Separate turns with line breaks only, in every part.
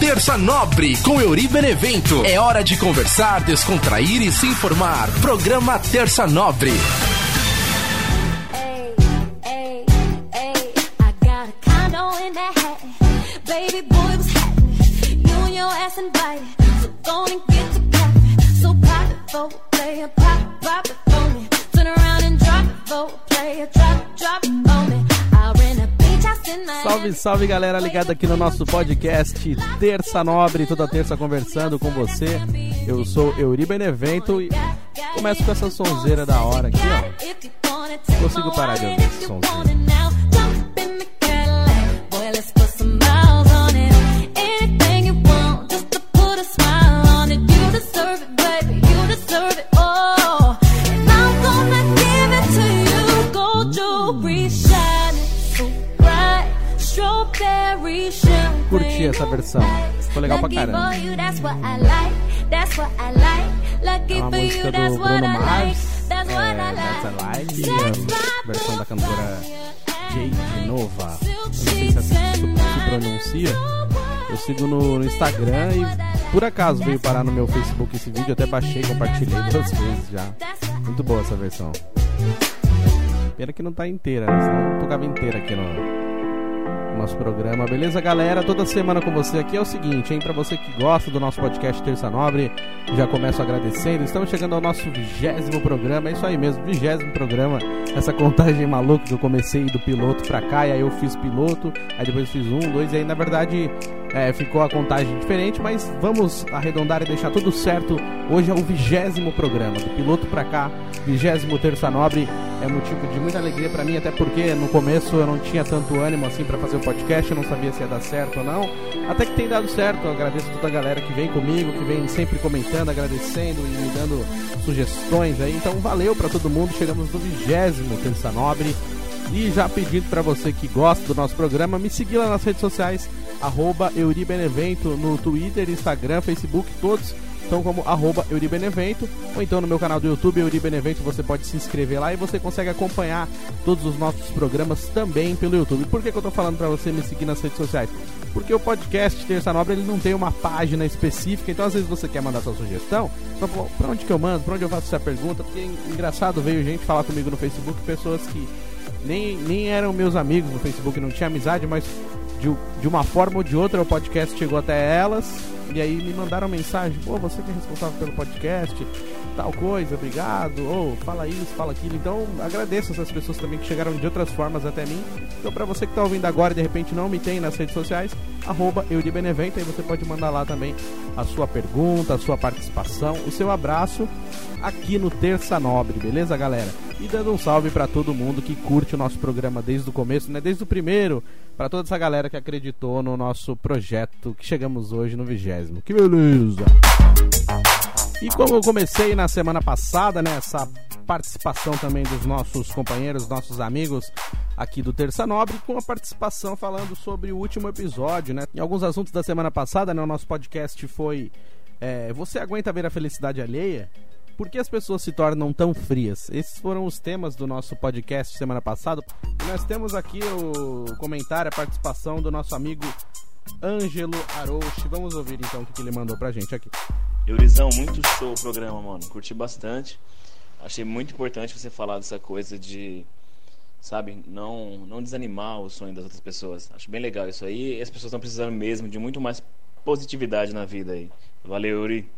Terça Nobre com Euri Benevento. É hora de conversar, descontrair e se informar. Programa Terça Nobre.
Salve, salve galera ligada aqui no nosso podcast Terça Nobre, toda terça conversando com você. Eu sou Euri Benevento e começo com essa sonzeira da hora aqui, ó. Não consigo parar de ouvir esse sonzeiro. Curti essa versão, ficou legal pra caramba. É uma música do Bruno Mars, That's a Lie, e a versão da cantora Jade Nova. Não sei se assim se pronuncia. Eu sigo no Instagram e por acaso veio parar no meu Facebook esse vídeo. Eu até baixei e compartilhei 2 vezes já. Muito boa essa versão. Pena que não tá inteira, né? Senão eu tocava inteira aqui no nosso programa. Beleza, galera? Toda semana com você aqui é o seguinte, hein? Pra você que gosta do nosso podcast Terça Nobre, já começo agradecendo. Estamos chegando ao nosso 20º programa. É isso aí mesmo, 20º programa. Essa contagem maluca que eu comecei do piloto pra cá, e aí eu fiz piloto, aí depois fiz 1, 2, e aí na verdade ficou a contagem diferente, mas vamos arredondar e deixar tudo certo. Hoje é o 20º programa, do piloto pra cá, 20º Terça Nobre. É motivo de muita alegria pra mim, até porque no começo eu não tinha tanto ânimo assim pra fazer o podcast, eu não sabia se ia dar certo ou não. Até que tem dado certo, eu agradeço a toda a galera que vem comigo, que vem sempre comentando, agradecendo e me dando sugestões aí. Então valeu pra todo mundo, chegamos no 20º Terça Nobre. E já pedindo pra você que gosta do nosso programa, me seguir lá nas redes sociais, @EuriBenevento, no Twitter, Instagram, Facebook, todos estão como @EuriBenevento, ou então no meu canal do YouTube, Euri Benevento, você pode se inscrever lá e você consegue acompanhar todos os nossos programas também pelo YouTube. Por que eu tô falando pra você me seguir nas redes sociais? Porque o podcast Terça Nobre, ele não tem uma página específica, então às vezes você quer mandar sua sugestão, pra onde que eu mando, pra onde eu faço essa pergunta? Porque é engraçado, veio gente falar comigo no Facebook, pessoas que nem eram meus amigos no Facebook, não tinha amizade, mas de uma forma ou de outra o podcast chegou até elas, e aí me mandaram mensagem: pô, você que é responsável pelo podcast, tal coisa, obrigado, ou fala isso, fala aquilo. Então agradeço essas pessoas também que chegaram de outras formas até mim. Então pra você que tá ouvindo agora e de repente não me tem nas redes sociais, @EuriBenevento, aí você pode mandar lá também a sua pergunta, a sua participação, o seu abraço aqui no Terça Nobre, beleza, galera? E dando um salve pra todo mundo que curte o nosso programa desde o começo, né? Desde o primeiro, pra toda essa galera que acreditou no nosso projeto, que chegamos hoje no 20º. Que beleza! E como eu comecei na semana passada, né, essa participação também dos nossos companheiros, nossos amigos aqui do Terça Nobre, com a participação falando sobre o último episódio, né? Em alguns assuntos da semana passada, né, o nosso podcast foi Você aguenta ver a felicidade alheia? Por que as pessoas se tornam tão frias? Esses foram os temas do nosso podcast semana passada. E nós temos aqui o comentário, a participação do nosso amigo Ângelo Arouche. Vamos ouvir então o que ele mandou pra gente aqui.
Eurizão, muito show o programa, mano. Curti bastante. Achei muito importante você falar dessa coisa de, sabe, não desanimar o sonho das outras pessoas. Acho bem legal isso aí. E as pessoas estão precisando mesmo de muito mais positividade na vida aí. Valeu, Euri.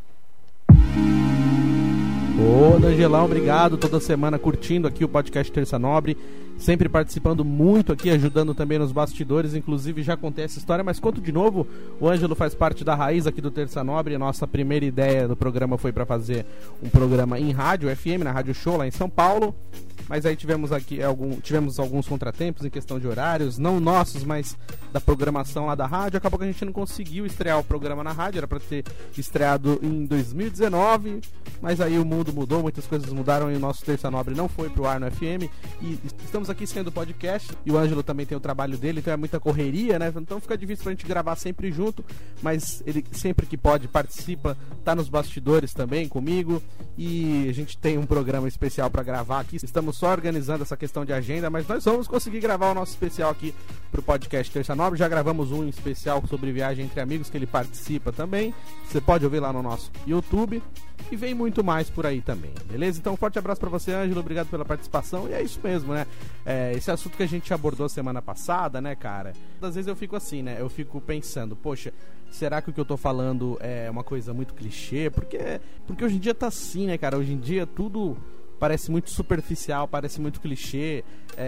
Ô, Angelão, obrigado, toda semana curtindo aqui o podcast Terça Nobre, sempre participando muito aqui, ajudando também nos bastidores, inclusive já contei essa história, mas conto de novo. O Ângelo faz parte da raiz aqui do Terça Nobre. A nossa primeira ideia do programa foi para fazer um programa em rádio FM, na Rádio Show lá em São Paulo, mas aí tivemos alguns contratempos em questão de horários, não nossos, mas da programação lá da rádio. Acabou que a gente não conseguiu estrear o programa na rádio, era para ter estreado em 2019, mas aí o mundo mudou, muitas coisas mudaram e o nosso Terça Nobre não foi pro ar no FM, e estamos estamos aqui sendo podcast, e o Ângelo também tem o trabalho dele, então é muita correria, né? Então fica difícil pra gente gravar sempre junto, mas ele sempre que pode participa, tá nos bastidores também comigo, e a gente tem um programa especial pra gravar aqui. Estamos só organizando essa questão de agenda, mas nós vamos conseguir gravar o nosso especial aqui pro podcast Terça Nobre. Já gravamos um especial sobre viagem entre amigos, que ele participa também. Você pode ouvir lá no nosso YouTube. E vem muito mais por aí também, beleza? Então um forte abraço pra você, Ângelo, obrigado pela participação. E é isso mesmo, né? Esse assunto que a gente abordou semana passada, né, cara? Às vezes eu fico assim, né? Eu fico pensando, poxa, será que o que eu tô falando é uma coisa muito clichê? Porque hoje em dia tá assim, né, cara? Hoje em dia tudo parece muito superficial, parece muito clichê.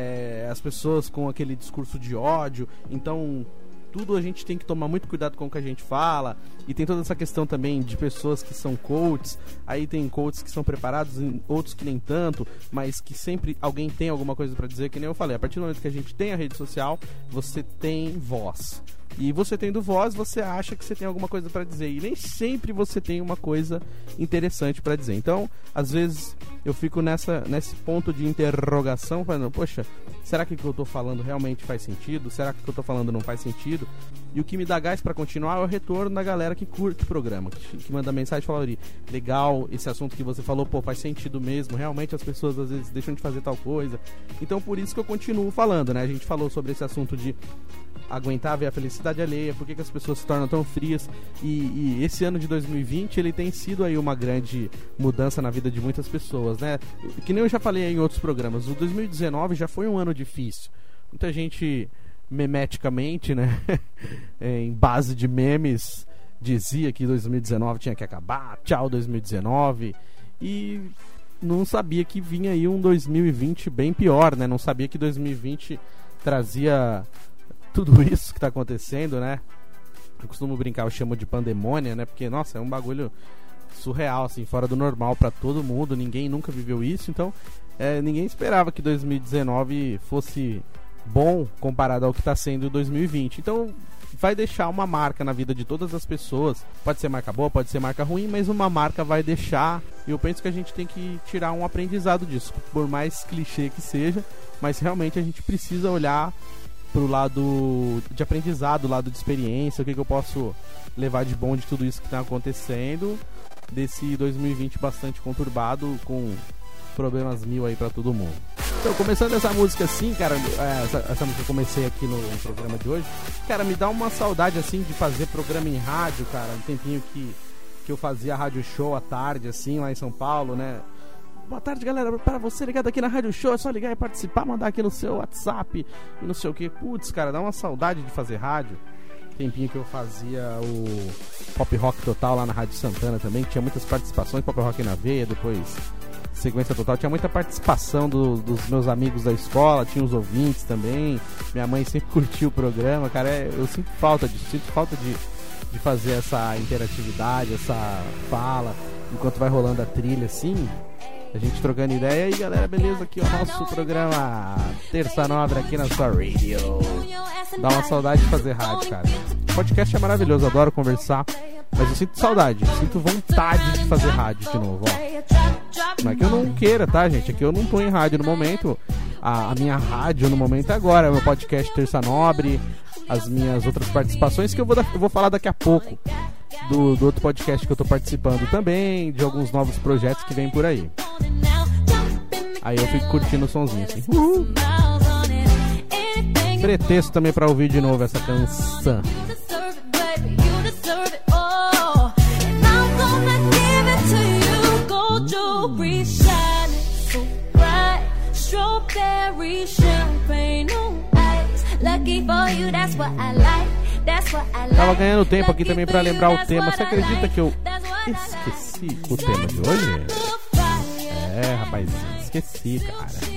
As pessoas com aquele discurso de ódio. Então tudo a gente tem que tomar muito cuidado com o que a gente fala. E tem toda essa questão também de pessoas que são coaches. Aí tem coaches que são preparados, outros que nem tanto, mas que sempre alguém tem alguma coisa pra dizer. Que nem eu falei, a partir do momento que a gente tem a rede social, você tem voz. E você tendo voz, você acha que você tem alguma coisa pra dizer. E nem sempre você tem uma coisa interessante pra dizer. Então, às vezes, eu fico nesse ponto de interrogação, falando, poxa, será que o que eu tô falando realmente faz sentido? Será que o que eu tô falando não faz sentido? E o que me dá gás pra continuar é o retorno da galera que curte o programa, que manda mensagem e fala, legal, esse assunto que você falou, pô, faz sentido mesmo. Realmente as pessoas às vezes deixam de fazer tal coisa. Então, por isso que eu continuo falando, né? A gente falou sobre esse assunto de aguentar ver a felicidade alheia, por que as pessoas se tornam tão frias, e esse ano de 2020 ele tem sido aí uma grande mudança na vida de muitas pessoas, né? Que nem eu já falei em outros programas, o 2019 já foi um ano difícil, muita gente memeticamente, né, em base de memes, dizia que 2019 tinha que acabar, tchau 2019, e não sabia que vinha aí um 2020 bem pior, né? Não sabia que 2020 trazia tudo isso que tá acontecendo, né? Eu costumo brincar, eu chamo de pandemônia, né? Porque, nossa, é um bagulho surreal, assim, fora do normal pra todo mundo. Ninguém nunca viveu isso, então ninguém esperava que 2019 fosse bom comparado ao que tá sendo 2020. Então vai deixar uma marca na vida de todas as pessoas. Pode ser marca boa, pode ser marca ruim, mas uma marca vai deixar. E eu penso que a gente tem que tirar um aprendizado disso, por mais clichê que seja, mas realmente a gente precisa olhar pro lado de aprendizado, lado de experiência, o que eu posso levar de bom de tudo isso que tá acontecendo, desse 2020 bastante conturbado, com problemas mil aí pra todo mundo. Então, começando essa música assim, cara, essa música que eu comecei aqui no programa de hoje, cara, me dá uma saudade assim de fazer programa em rádio, cara, um tempinho que eu fazia rádio show à tarde, assim, lá em São Paulo, né? Boa tarde, galera, para você ligado aqui na Rádio Show, é só ligar e participar, mandar aqui no seu WhatsApp e não sei o que. Putz, cara, dá uma saudade de fazer rádio. Tempinho que eu fazia o Pop Rock Total lá na Rádio Santana também, que tinha muitas participações, Pop Rock na Veia, depois Sequência Total, tinha muita participação dos meus amigos da escola, tinha os ouvintes também, minha mãe sempre curtiu o programa, cara, eu sinto falta disso, sinto falta de fazer essa interatividade, essa fala, enquanto vai rolando a trilha assim, a gente trocando ideia. E galera, beleza? Aqui é o nosso programa Terça Nobre aqui na sua radio. Dá uma saudade de fazer rádio, cara. O podcast é maravilhoso, adoro conversar, mas eu sinto saudade, sinto vontade de fazer rádio de novo, ó. Não é que eu não queira, tá, gente? É que eu não tô em rádio no momento. A minha rádio no momento é agora, é o meu podcast Terça Nobre, as minhas outras participações que eu vou falar daqui a pouco. Do outro podcast que eu tô participando também, de alguns novos projetos que vem por aí. Aí eu fico curtindo o sonzinho assim. Pretexto também pra ouvir de novo essa canção. Tava ganhando tempo aqui também pra lembrar o tema. Você acredita que eu esqueci o tema de hoje? É, rapaz, esqueci, cara.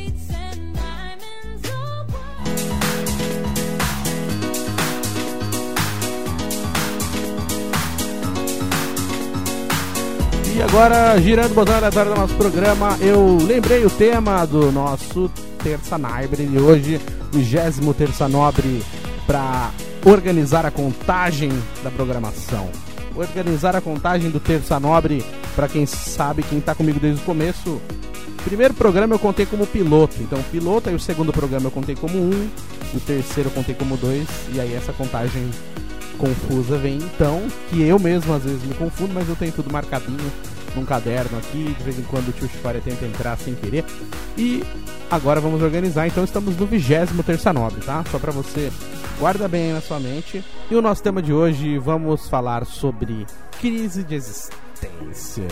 E agora, girando o botão aleatório do nosso programa, eu lembrei o tema do nosso Terça Nobre de hoje, 20º Terça Nobre, para organizar a contagem da programação. Organizar a contagem do Terça Nobre, para quem sabe, quem tá comigo desde o começo, Primeiro programa eu contei como piloto, então piloto, aí o segundo programa eu contei como 1, o terceiro eu contei como 2, e aí essa contagem confusa vem então, que eu mesmo às vezes me confundo, mas eu tenho tudo marcadinho num caderno aqui, de vez em quando o tio Chifária tenta entrar sem querer. E agora vamos organizar, então estamos no 20º Terça Nobre, tá? Só pra você, guarda bem aí na sua mente. E o nosso tema de hoje, vamos falar sobre crise de existência.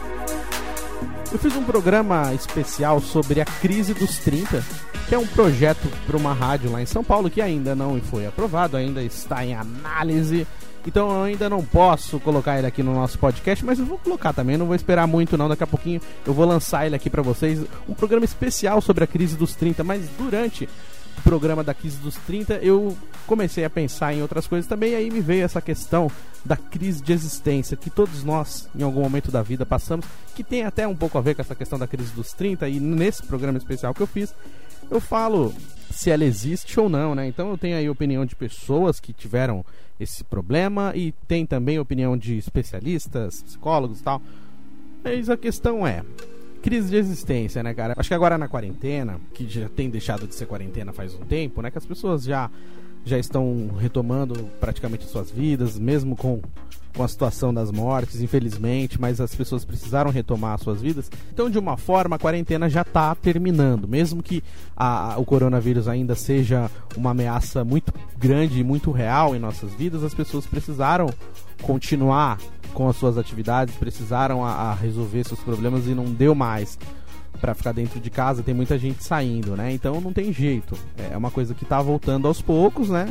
Eu fiz um programa especial sobre a crise dos 30, que é um projeto para uma rádio lá em São Paulo que ainda não foi aprovado, ainda está em análise. Então eu ainda não posso colocar ele aqui no nosso podcast, mas eu vou colocar também, não vou esperar muito não, daqui a pouquinho eu vou lançar ele aqui para vocês, um programa especial sobre a crise dos 30, mas durante o programa da crise dos 30 eu comecei a pensar em outras coisas também, e aí me veio essa questão da crise de existência, que todos nós em algum momento da vida passamos, que tem até um pouco a ver com essa questão da crise dos 30, e nesse programa especial que eu fiz, eu falo se ela existe ou não, né? Então eu tenho aí a opinião de pessoas que tiveram esse problema e tem também a opinião de especialistas, psicólogos e tal. Mas a questão é crise de existência, né, cara? Acho que agora na quarentena, que já tem deixado de ser quarentena faz um tempo, né? Que as pessoas já estão retomando praticamente suas vidas, mesmo com a situação das mortes, infelizmente, mas as pessoas precisaram retomar suas vidas. Então, de uma forma, a quarentena já está terminando. Mesmo que o coronavírus ainda seja uma ameaça muito grande e muito real em nossas vidas, as pessoas precisaram continuar com as suas atividades, precisaram a resolver seus problemas e não deu mais para ficar dentro de casa. Tem muita gente saindo, né? Então não tem jeito. É uma coisa que tá voltando aos poucos, né?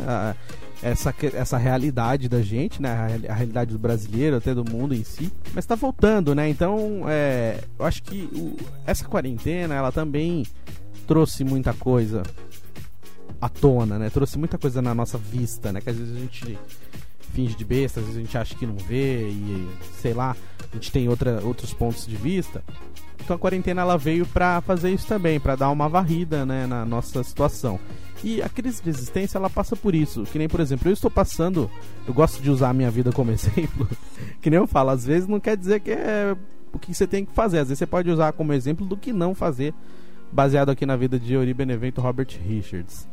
Essa realidade da gente, né? A realidade do brasileiro, até do mundo em si. Mas tá voltando, né? Então, eu acho que essa quarentena, ela também trouxe muita coisa à tona, né? Trouxe muita coisa na nossa vista, né? Que às vezes a gente finge de besta, às vezes a gente acha que não vê e, sei lá, a gente tem outros pontos de vista. Então a quarentena ela veio para fazer isso também, para dar uma varrida, né, na nossa situação. E a crise de existência ela passa por isso, que nem, por exemplo, eu estou passando, eu gosto de usar a minha vida como exemplo, que nem eu falo, às vezes não quer dizer que é o que você tem que fazer, às vezes você pode usar como exemplo do que não fazer, baseado aqui na vida de Euri Benevento Robert Richards.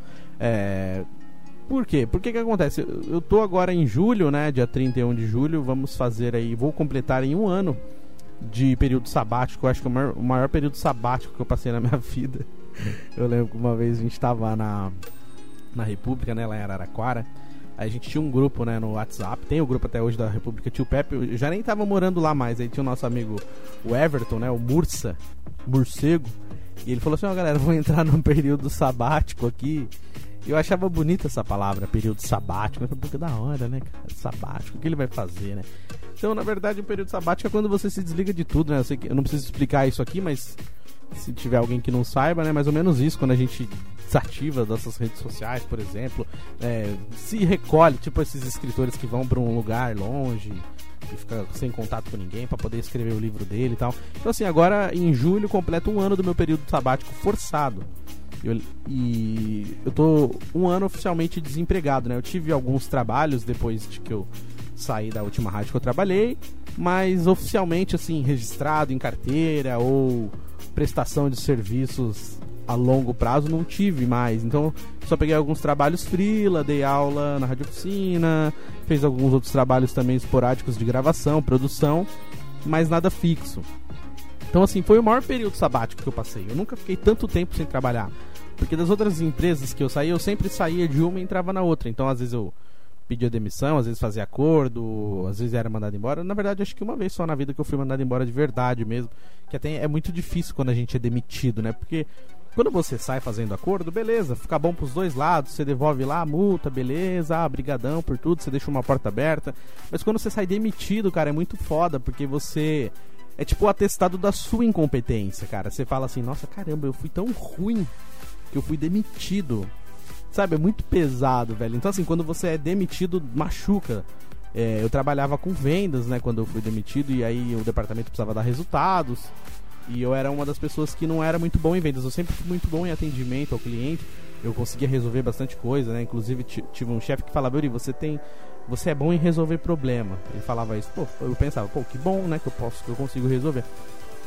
Por quê? Por que acontece? Eu tô agora em julho, né, dia 31 de julho, vamos fazer aí, vou completar em 1 ano de período sabático. Eu acho que o maior período sabático que eu passei na minha vida. Eu lembro que uma vez a gente tava na República, né, lá em Araraquara. Aí a gente tinha um grupo, né, no WhatsApp. Tem o grupo até hoje da República Tio Pepe. Eu já nem tava morando lá mais. Aí tinha o nosso amigo, o Everton, né, o Morcego. E ele falou assim, galera, vou entrar num período sabático aqui. E eu achava bonita essa palavra, período sabático. Eu falei, que da hora, né, cara? Sabático, o que ele vai fazer, né? Então, na verdade, o período sabático é quando você se desliga de tudo, né? Eu sei que eu não preciso explicar isso aqui, mas se tiver alguém que não saiba, né? Mais ou menos isso, quando a gente desativa nossas redes sociais, por exemplo, se recolhe, tipo esses escritores que vão para um lugar longe e fica sem contato com ninguém para poder escrever o livro dele e tal. Então, assim, agora em julho completo 1 ano do meu período sabático forçado. E eu tô 1 ano oficialmente desempregado, né? Eu tive alguns trabalhos depois de que eu saí da última rádio que eu trabalhei, mas oficialmente, assim, registrado em carteira ou prestação de serviços a longo prazo, não tive mais. Então, só peguei alguns trabalhos freela, dei aula na rádio oficina, fiz alguns outros trabalhos também esporádicos de gravação, produção, mas nada fixo. Então, assim, foi o maior período sabático que eu passei. Eu nunca fiquei tanto tempo sem trabalhar, porque das outras empresas que eu saí, eu sempre saía de uma e entrava na outra. Então, às vezes eu pedia demissão, às vezes fazia acordo, às vezes era mandado embora. Na verdade, acho que uma vez só na vida que eu fui mandado embora de verdade mesmo, que até é muito difícil quando a gente é demitido, né? Porque quando você sai fazendo acordo, beleza, fica bom pros dois lados, você devolve lá a multa, beleza, brigadão por tudo, você deixa uma porta aberta. Mas quando você sai demitido, cara, é muito foda, porque você... é tipo o atestado da sua incompetência, cara. Você fala assim, nossa, caramba, eu fui tão ruim que eu fui demitido. Sabe, é muito pesado, velho. Então, assim, quando você é demitido, machuca. Eu trabalhava com vendas, né, quando eu fui demitido. E aí o departamento precisava dar resultados. E eu era uma das pessoas que não era muito bom em vendas. Eu sempre fui muito bom em atendimento ao cliente. Eu conseguia resolver bastante coisa, né. Inclusive, tive um chefe que falava, Yuri, você é bom em resolver problema. Ele falava isso. Pô, eu pensava, pô, que bom, né, que eu consigo resolver.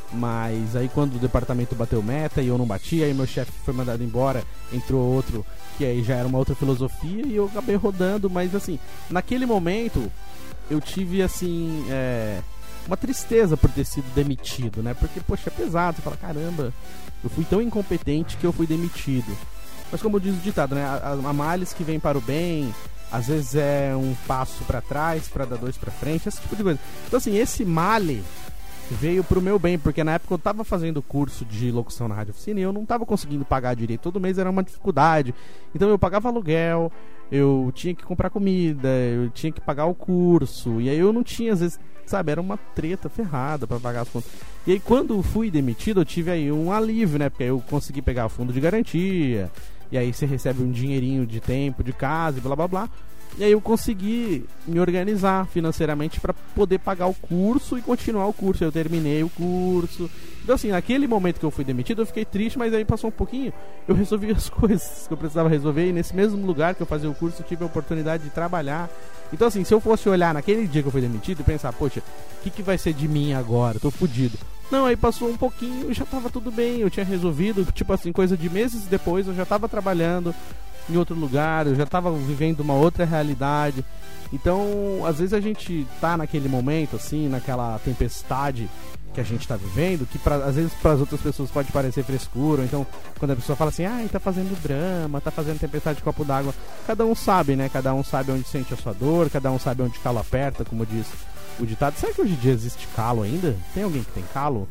Mas aí quando o departamento bateu meta e eu não bati, aí meu chefe foi mandado embora, entrou outro, que aí já era uma outra filosofia, e eu acabei rodando. Mas assim, naquele momento eu tive assim, uma tristeza por ter sido demitido, né? Porque, poxa, é pesado, você fala, caramba, eu fui tão incompetente que eu fui demitido. Mas como diz o ditado, né? A males que vem para o bem, às vezes é um passo para trás para dar 2 para frente, esse tipo de coisa. Então assim, esse male veio pro meu bem, porque na época eu tava fazendo curso de locução na Rádio Oficina e eu não tava conseguindo pagar direito, todo mês era uma dificuldade. Então eu pagava aluguel, eu tinha que comprar comida, eu tinha que pagar o curso, e aí eu não tinha, às vezes, sabe, era uma treta ferrada pra pagar as contas. E aí quando fui demitido eu tive aí um alívio, né, porque aí eu consegui pegar o fundo de garantia, e aí você recebe um dinheirinho de tempo de casa e blá blá blá. E aí eu consegui me organizar financeiramente para poder pagar o curso e continuar o curso. Eu terminei o curso. Então assim, naquele momento que eu fui demitido eu fiquei triste, mas aí passou um pouquinho, eu resolvi as coisas que eu precisava resolver. E nesse mesmo lugar que eu fazia o curso eu tive a oportunidade de trabalhar. Então assim, se eu fosse olhar naquele dia que eu fui demitido e pensar, poxa, o que vai ser de mim agora? Tô fudido. Não, aí passou um pouquinho e já tava tudo bem. Eu tinha resolvido, tipo assim, coisa de meses depois eu já tava trabalhando em outro lugar, eu já tava vivendo uma outra realidade. Então, às vezes a gente tá naquele momento, assim, naquela tempestade que a gente tá vivendo, que às vezes para as outras pessoas pode parecer frescura. Então, quando a pessoa fala assim, tá fazendo drama, tá fazendo tempestade de copo d'água, cada um sabe, né? Cada um sabe onde sente a sua dor, cada um sabe onde calo aperta, como diz o ditado. Será que hoje em dia existe calo ainda? Tem alguém que tem calo?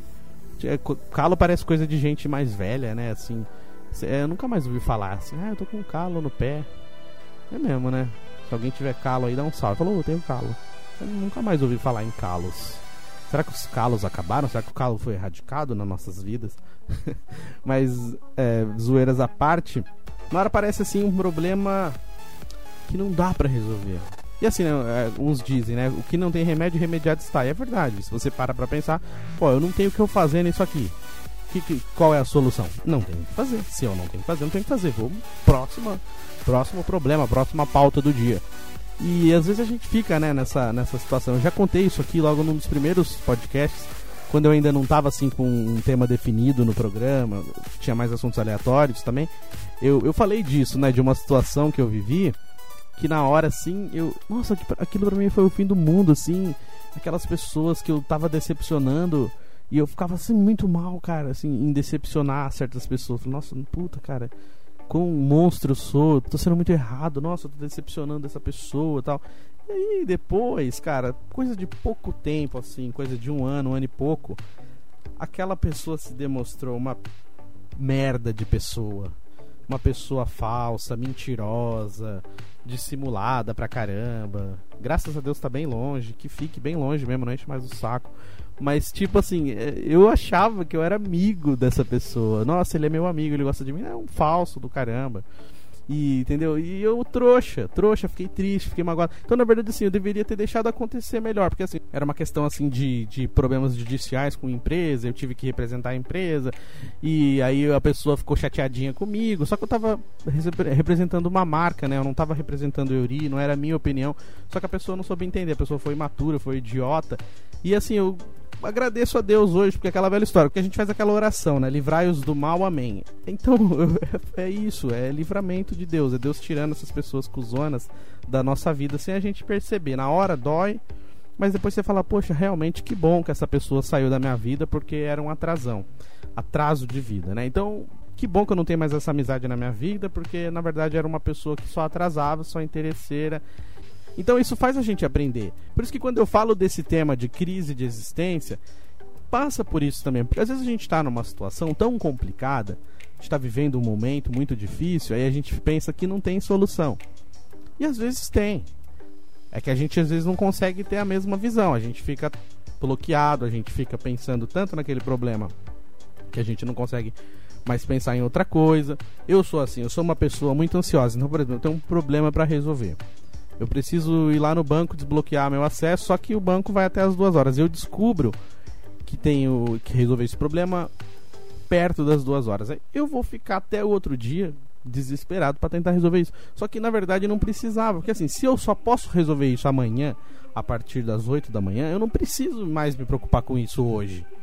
Calo parece coisa de gente mais velha, né? Assim, eu nunca mais ouvi falar assim, eu tô com calo no pé. É mesmo, né? Se alguém tiver calo aí, dá um salve. Falou, eu tenho calo. Eu nunca mais ouvi falar em calos. Será que os calos acabaram? Será que o calo foi erradicado nas nossas vidas? Mas, zoeiras à parte, na hora parece assim um problema que não dá pra resolver. E assim, né, uns dizem, né? O que não tem remédio, remediado está. E é verdade. Se você para pra pensar, eu não tenho o que eu fazer nisso aqui. Qual é a solução? Não tenho o que fazer. Se eu não tenho o que fazer, não tenho o que fazer. Vou próximo problema, próxima pauta do dia. E às vezes a gente fica, né, nessa situação. Eu já contei isso aqui logo num dos primeiros podcasts, quando eu ainda não estava assim com um tema definido no programa, tinha mais assuntos aleatórios também. Eu falei disso, né, de uma situação que eu vivi, que na hora assim, nossa, aquilo pra mim foi o fim do mundo, assim, aquelas pessoas que eu tava decepcionando. E eu ficava assim muito mal, cara, assim, em decepcionar certas pessoas. Nossa, puta, cara, quão monstro eu sou, tô sendo muito errado, nossa, eu tô decepcionando essa pessoa e tal. E aí depois, cara, coisa de pouco tempo, assim, coisa de um ano e pouco, aquela pessoa se demostrou uma merda de pessoa. Uma pessoa falsa, mentirosa, dissimulada pra caramba. Graças a Deus tá bem longe, que fique bem longe mesmo, não enche mais o saco. Mas tipo assim, eu achava que eu era amigo dessa pessoa. Nossa, ele é meu amigo, ele gosta de mim. É um falso do caramba. E, entendeu? E eu trouxa, fiquei triste, fiquei magoado. Então, na verdade, assim, eu deveria ter deixado acontecer melhor. Porque, assim, era uma questão, assim, de problemas judiciais com a empresa. Eu tive que representar a empresa. E aí a pessoa ficou chateadinha comigo. Só que eu tava representando uma marca, né? Eu não tava representando o Euri, não era a minha opinião. Só que a pessoa não soube entender. A pessoa foi imatura, foi idiota. E, assim, eu agradeço a Deus hoje, porque é aquela velha história, porque a gente faz aquela oração, né? Livrai-os do mal, amém. Então, é isso, é livramento de Deus, é Deus tirando essas pessoas cuzonas da nossa vida sem a gente perceber. Na hora dói, mas depois você fala, poxa, realmente que bom que essa pessoa saiu da minha vida, porque era um atraso de vida, né? Então, que bom que eu não tenho mais essa amizade na minha vida, porque na verdade era uma pessoa que só atrasava, só interesseira. Então isso faz a gente aprender. Por isso que quando eu falo desse tema de crise de existência, passa por isso também. Porque às vezes a gente está numa situação tão complicada, a gente está vivendo um momento muito difícil, aí a gente pensa que não tem solução. E às vezes tem. É que a gente às vezes não consegue ter a mesma visão. A gente fica bloqueado, a gente fica pensando tanto naquele problema que a gente não consegue mais pensar em outra coisa. Eu sou assim, eu sou uma pessoa muito ansiosa. Então, por exemplo, eu tenho um problema para resolver. Eu preciso ir lá no banco desbloquear meu acesso, só que o banco vai até as 2 horas. Eu descubro que tenho que resolver esse problema perto das 2 horas. Aí eu vou ficar até o outro dia desesperado para tentar resolver isso. Só que na verdade não precisava, porque assim, se eu só posso resolver isso amanhã, a partir das 8 da manhã, eu não preciso mais me preocupar com isso hoje.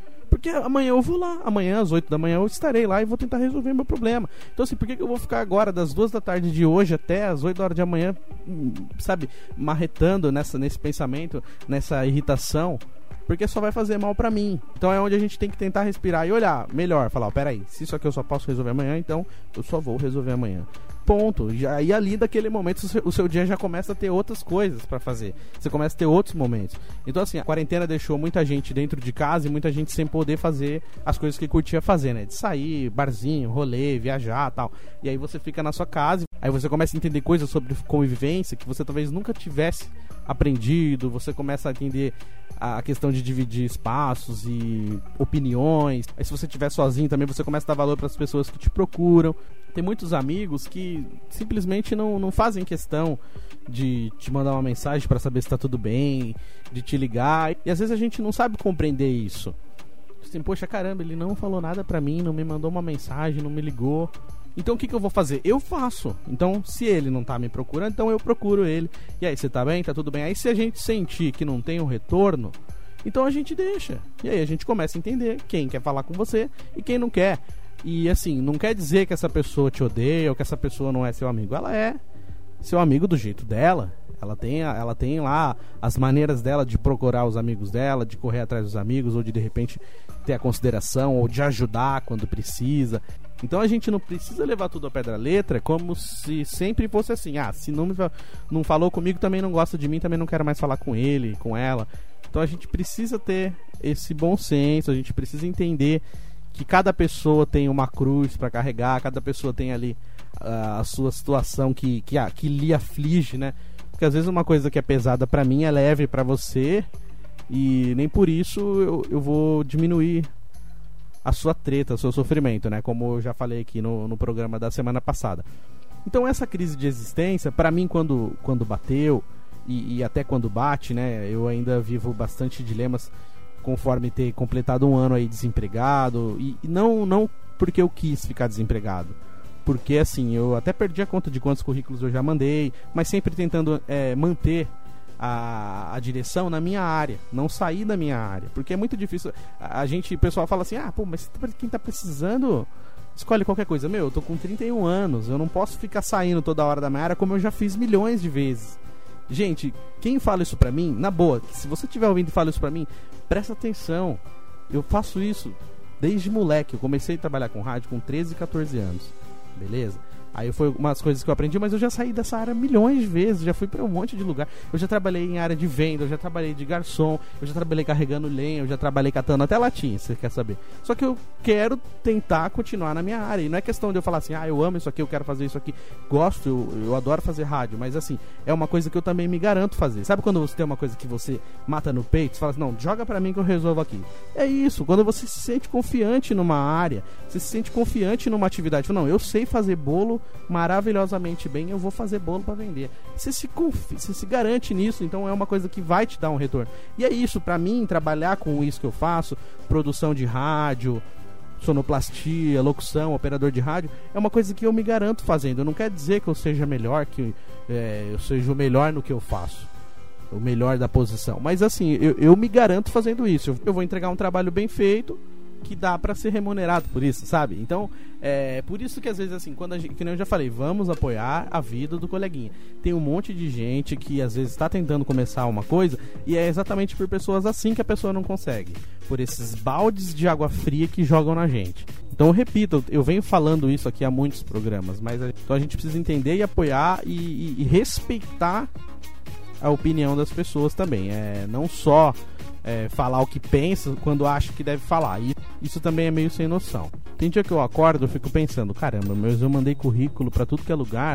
Porque amanhã eu vou lá, amanhã às 8 da manhã eu estarei lá e vou tentar resolver meu problema. Então assim, por que eu vou ficar agora das 2 da tarde de hoje até as 8 horas de amanhã, sabe, marretando nesse pensamento, nessa irritação? Porque só vai fazer mal pra mim. Então é onde a gente tem que tentar respirar e olhar melhor. Falar, peraí, se isso aqui eu só posso resolver amanhã, então eu só vou resolver amanhã. Ponto. E ali daquele momento o seu dia já começa a ter outras coisas pra fazer. Você começa a ter outros momentos. Então assim, a quarentena deixou muita gente dentro de casa e muita gente sem poder fazer as coisas que curtia fazer, né? De sair, barzinho, rolê, viajar e tal. E aí você fica na sua casa, aí você começa a entender coisas sobre convivência que você talvez nunca tivesse aprendido. Você começa a entender a questão de dividir espaços e opiniões. Aí se você estiver sozinho também, você começa a dar valor para as pessoas que te procuram. Tem muitos amigos que simplesmente não fazem questão de te mandar uma mensagem para saber se tá tudo bem, de te ligar. E às vezes a gente não sabe compreender isso. Assim, poxa, caramba, ele não falou nada pra mim, não me mandou uma mensagem, não me ligou. Então o que eu vou fazer? Eu faço. Então se ele não tá me procurando, então eu procuro ele. E aí, você tá bem? Tá tudo bem? Aí se a gente sentir que não tem um retorno, então a gente deixa. E aí a gente começa a entender quem quer falar com você e quem não quer. E assim, não quer dizer que essa pessoa te odeia ou que essa pessoa não é seu amigo. Ela é seu amigo do jeito dela. Ela tem lá as maneiras dela de procurar os amigos dela, de correr atrás dos amigos, ou de repente ter a consideração, ou de ajudar quando precisa. Então a gente não precisa levar tudo ao pé da letra, como se sempre fosse assim, se não falou comigo, também não gosta de mim, também não quero mais falar com ele, com ela. Então a gente precisa ter esse bom senso, a gente precisa entender que cada pessoa tem uma cruz para carregar, cada pessoa tem ali a sua situação que lhe aflige, né? Porque às vezes uma coisa que é pesada pra mim é leve pra você, e nem por isso eu vou diminuir a sua treta, o seu sofrimento, né? Como eu já falei aqui no programa da semana passada. Então essa crise de existência, pra mim, quando bateu, e até quando bate, né? Eu ainda vivo bastante dilemas conforme ter completado um ano aí desempregado, e não porque eu quis ficar desempregado, porque assim, eu até perdi a conta de quantos currículos eu já mandei, mas sempre tentando manter a direção na minha área, não sair da minha área, porque é muito difícil. O pessoal fala assim, mas quem tá precisando escolhe qualquer coisa. Eu tô com 31 anos, eu não posso ficar saindo toda hora da minha área, como eu já fiz milhões de vezes. Gente, quem fala isso pra mim, na boa, se você estiver ouvindo e fala isso pra mim, presta atenção. Eu faço isso desde moleque. Eu comecei a trabalhar com rádio com 13, 14 anos. Beleza? Aí foi umas coisas que eu aprendi, mas eu já saí dessa área milhões de vezes, já fui pra um monte de lugar. Eu já trabalhei em área de venda, eu já trabalhei de garçom, eu já trabalhei carregando lenha, eu já trabalhei catando até latinha, se você quer saber. Só que eu quero tentar continuar na minha área, e não é questão de eu falar assim, eu amo isso aqui, eu quero fazer isso aqui. Gosto, eu adoro fazer rádio, mas assim, é uma coisa que eu também me garanto fazer. Sabe quando você tem uma coisa que você mata no peito, você fala assim, não, joga pra mim que eu resolvo aqui. É isso, quando você se sente confiante numa área, você se sente confiante numa atividade, não, eu sei fazer bolo maravilhosamente bem, eu vou fazer bolo pra vender. Você se garante nisso, então é uma coisa que vai te dar um retorno. E é isso, pra mim, trabalhar com isso que eu faço, produção de rádio, sonoplastia, locução, operador de rádio, é uma coisa que eu me garanto fazendo. Não quer dizer que eu seja melhor, que eu seja o melhor no que eu faço, o melhor da posição, mas assim, eu me garanto fazendo isso. Eu vou entregar um trabalho bem feito, que dá pra ser remunerado por isso, sabe? Então, por isso que às vezes assim, quando que nem eu já falei, vamos apoiar a vida do coleguinha. Tem um monte de gente que às vezes está tentando começar uma coisa, e é exatamente por pessoas assim que a pessoa não consegue, por esses baldes de água fria que jogam na gente. Então eu repito, eu venho falando isso aqui há muitos programas, mas então a gente precisa entender e apoiar e respeitar a opinião das pessoas também. Não só falar o que pensa quando acha que deve falar. E isso também é meio sem noção. Tem dia que eu acordo, eu fico pensando, caramba, eu mandei currículo pra tudo que é lugar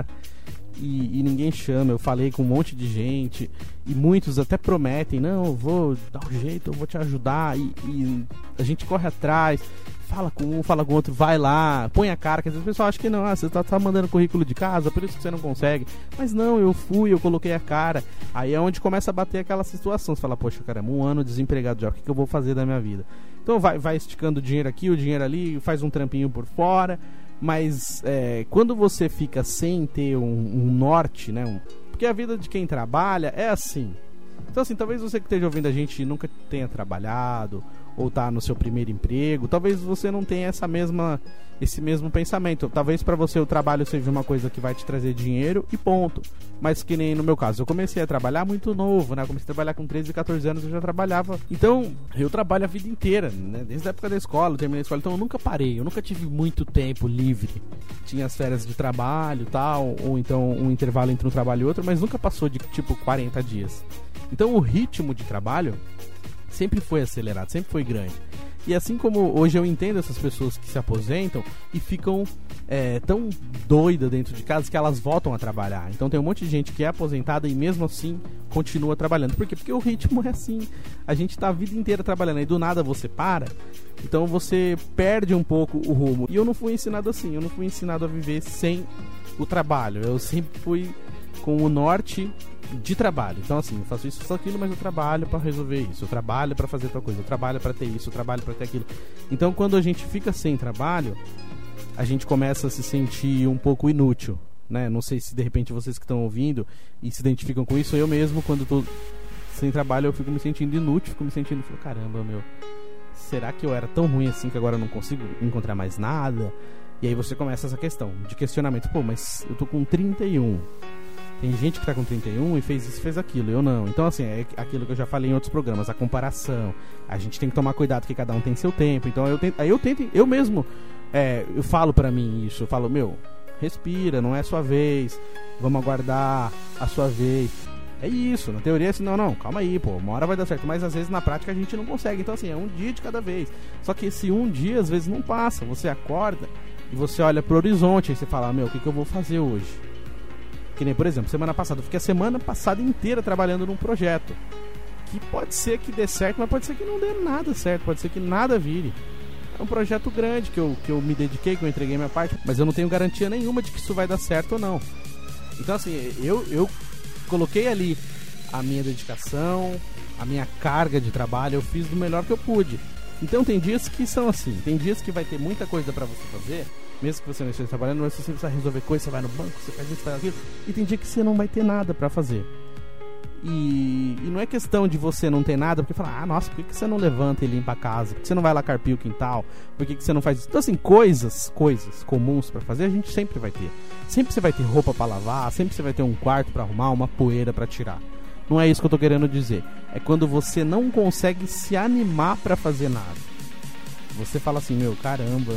e ninguém chama. Eu falei com um monte de gente e muitos até prometem, não, eu vou dar um jeito, eu vou te ajudar, e a gente corre atrás, fala com um, fala com o outro, vai lá, põe a cara, que às vezes o pessoal acha que não, você tá mandando currículo de casa, por isso que você não consegue. Mas não, eu coloquei a cara. Aí é onde começa a bater aquela situação, você fala, poxa, caramba, um ano desempregado já, o que eu vou fazer da minha vida? Então vai esticando o dinheiro aqui, o dinheiro ali, faz um trampinho por fora, mas quando você fica sem ter um norte, né, porque a vida de quem trabalha é assim, Então assim, talvez você que esteja ouvindo a gente nunca tenha trabalhado, ou tá no seu primeiro emprego, talvez você não tenha esse mesmo pensamento. Talvez para você o trabalho seja uma coisa que vai te trazer dinheiro e ponto. Mas que nem no meu caso, eu comecei a trabalhar muito novo, né? Eu comecei a trabalhar com 13, 14 anos, eu já trabalhava. Então, eu trabalho a vida inteira, né? Desde a época da escola, eu terminei a escola, então eu nunca parei, eu nunca tive muito tempo livre. Tinha as férias de trabalho e tal, ou então um intervalo entre um trabalho e outro, mas nunca passou de tipo 40 dias. Então o ritmo de trabalho sempre foi acelerado, sempre foi grande. E assim como hoje eu entendo essas pessoas que se aposentam e ficam tão doidas dentro de casa que elas voltam a trabalhar. Então tem um monte de gente que é aposentada e mesmo assim continua trabalhando. Por quê? Porque o ritmo é assim. A gente tá a vida inteira trabalhando e do nada você para. Então você perde um pouco o rumo. E eu não fui ensinado assim. Eu não fui ensinado a viver sem o trabalho. Eu sempre fui com o norte de trabalho. Então assim, eu faço isso, faço aquilo, mas eu trabalho pra resolver isso, eu trabalho pra fazer tal coisa, eu trabalho pra ter isso, eu trabalho pra ter aquilo. Então quando a gente fica sem trabalho, a gente começa a se sentir um pouco inútil, né? Não sei se de repente vocês que estão ouvindo e se identificam com isso. Eu mesmo, quando tô sem trabalho, eu fico me sentindo inútil, fico me sentindo, caramba, meu, será que eu era tão ruim assim que agora eu não consigo encontrar mais nada? E aí você começa essa questão de questionamento. Pô, mas eu tô com 31. Tem gente que tá com 31 e fez isso, fez aquilo, eu não. Então assim, é aquilo que eu já falei em outros programas, a comparação. A gente tem que tomar cuidado que cada um tem seu tempo. Então eu mesmo eu falo pra mim isso, eu falo, meu, respira, não é sua vez, vamos aguardar a sua vez. É isso, na teoria é assim, não, calma aí, pô, uma hora vai dar certo. Mas às vezes na prática a gente não consegue. Então assim, é um dia de cada vez. Só que esse um dia às vezes não passa. Você acorda e você olha pro horizonte e você fala, meu, o que eu vou fazer hoje? Que nem, por exemplo, semana passada, eu fiquei a semana passada inteira trabalhando num projeto que pode ser que dê certo, mas pode ser que não dê nada certo, pode ser que nada vire. É um projeto grande que eu me dediquei, que eu entreguei minha parte, mas eu não tenho garantia nenhuma de que isso vai dar certo ou não. Então assim, eu coloquei ali a minha dedicação, a minha carga de trabalho, eu fiz do melhor que eu pude. Então tem dias que são assim, tem dias que vai ter muita coisa pra você fazer, mesmo que você não esteja trabalhando, mas você precisa resolver coisas, você vai no banco, você faz isso, faz aquilo, e tem dia que você não vai ter nada pra fazer. E não é questão de você não ter nada, porque fala, nossa, por que você não levanta e limpa a casa? Por que você não vai lá carpir o quintal? Por que você não faz isso? Então assim, coisas comuns pra fazer, a gente sempre vai ter. Sempre você vai ter roupa pra lavar, sempre você vai ter um quarto pra arrumar, uma poeira pra tirar. Não é isso que eu tô querendo dizer. É quando você não consegue se animar pra fazer nada. Você fala assim, meu, caramba,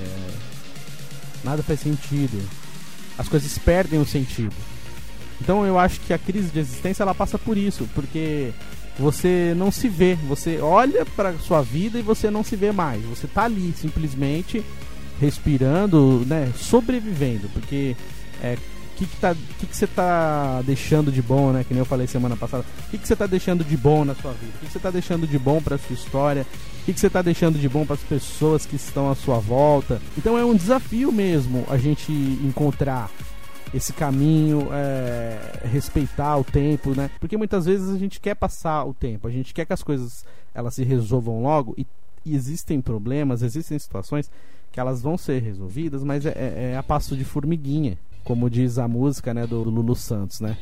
nada faz sentido. As coisas perdem o sentido. Então eu acho que a crise de existência ela passa por isso, porque você não se vê, você olha pra sua vida e você não se vê mais. Você tá ali simplesmente respirando, né, sobrevivendo, porque o que você tá deixando de bom, né? Que nem eu falei semana passada. O que você tá deixando de bom na sua vida? O que você tá deixando de bom pra sua história? O que você tá deixando de bom para as pessoas que estão à sua volta? Então é um desafio mesmo a gente encontrar esse caminho, respeitar o tempo, né? Porque muitas vezes a gente quer passar o tempo, a gente quer que as coisas elas se resolvam logo e existem problemas, existem situações que elas vão ser resolvidas, mas é a passo de formiguinha, como diz a música, né, do Lulu Santos, né?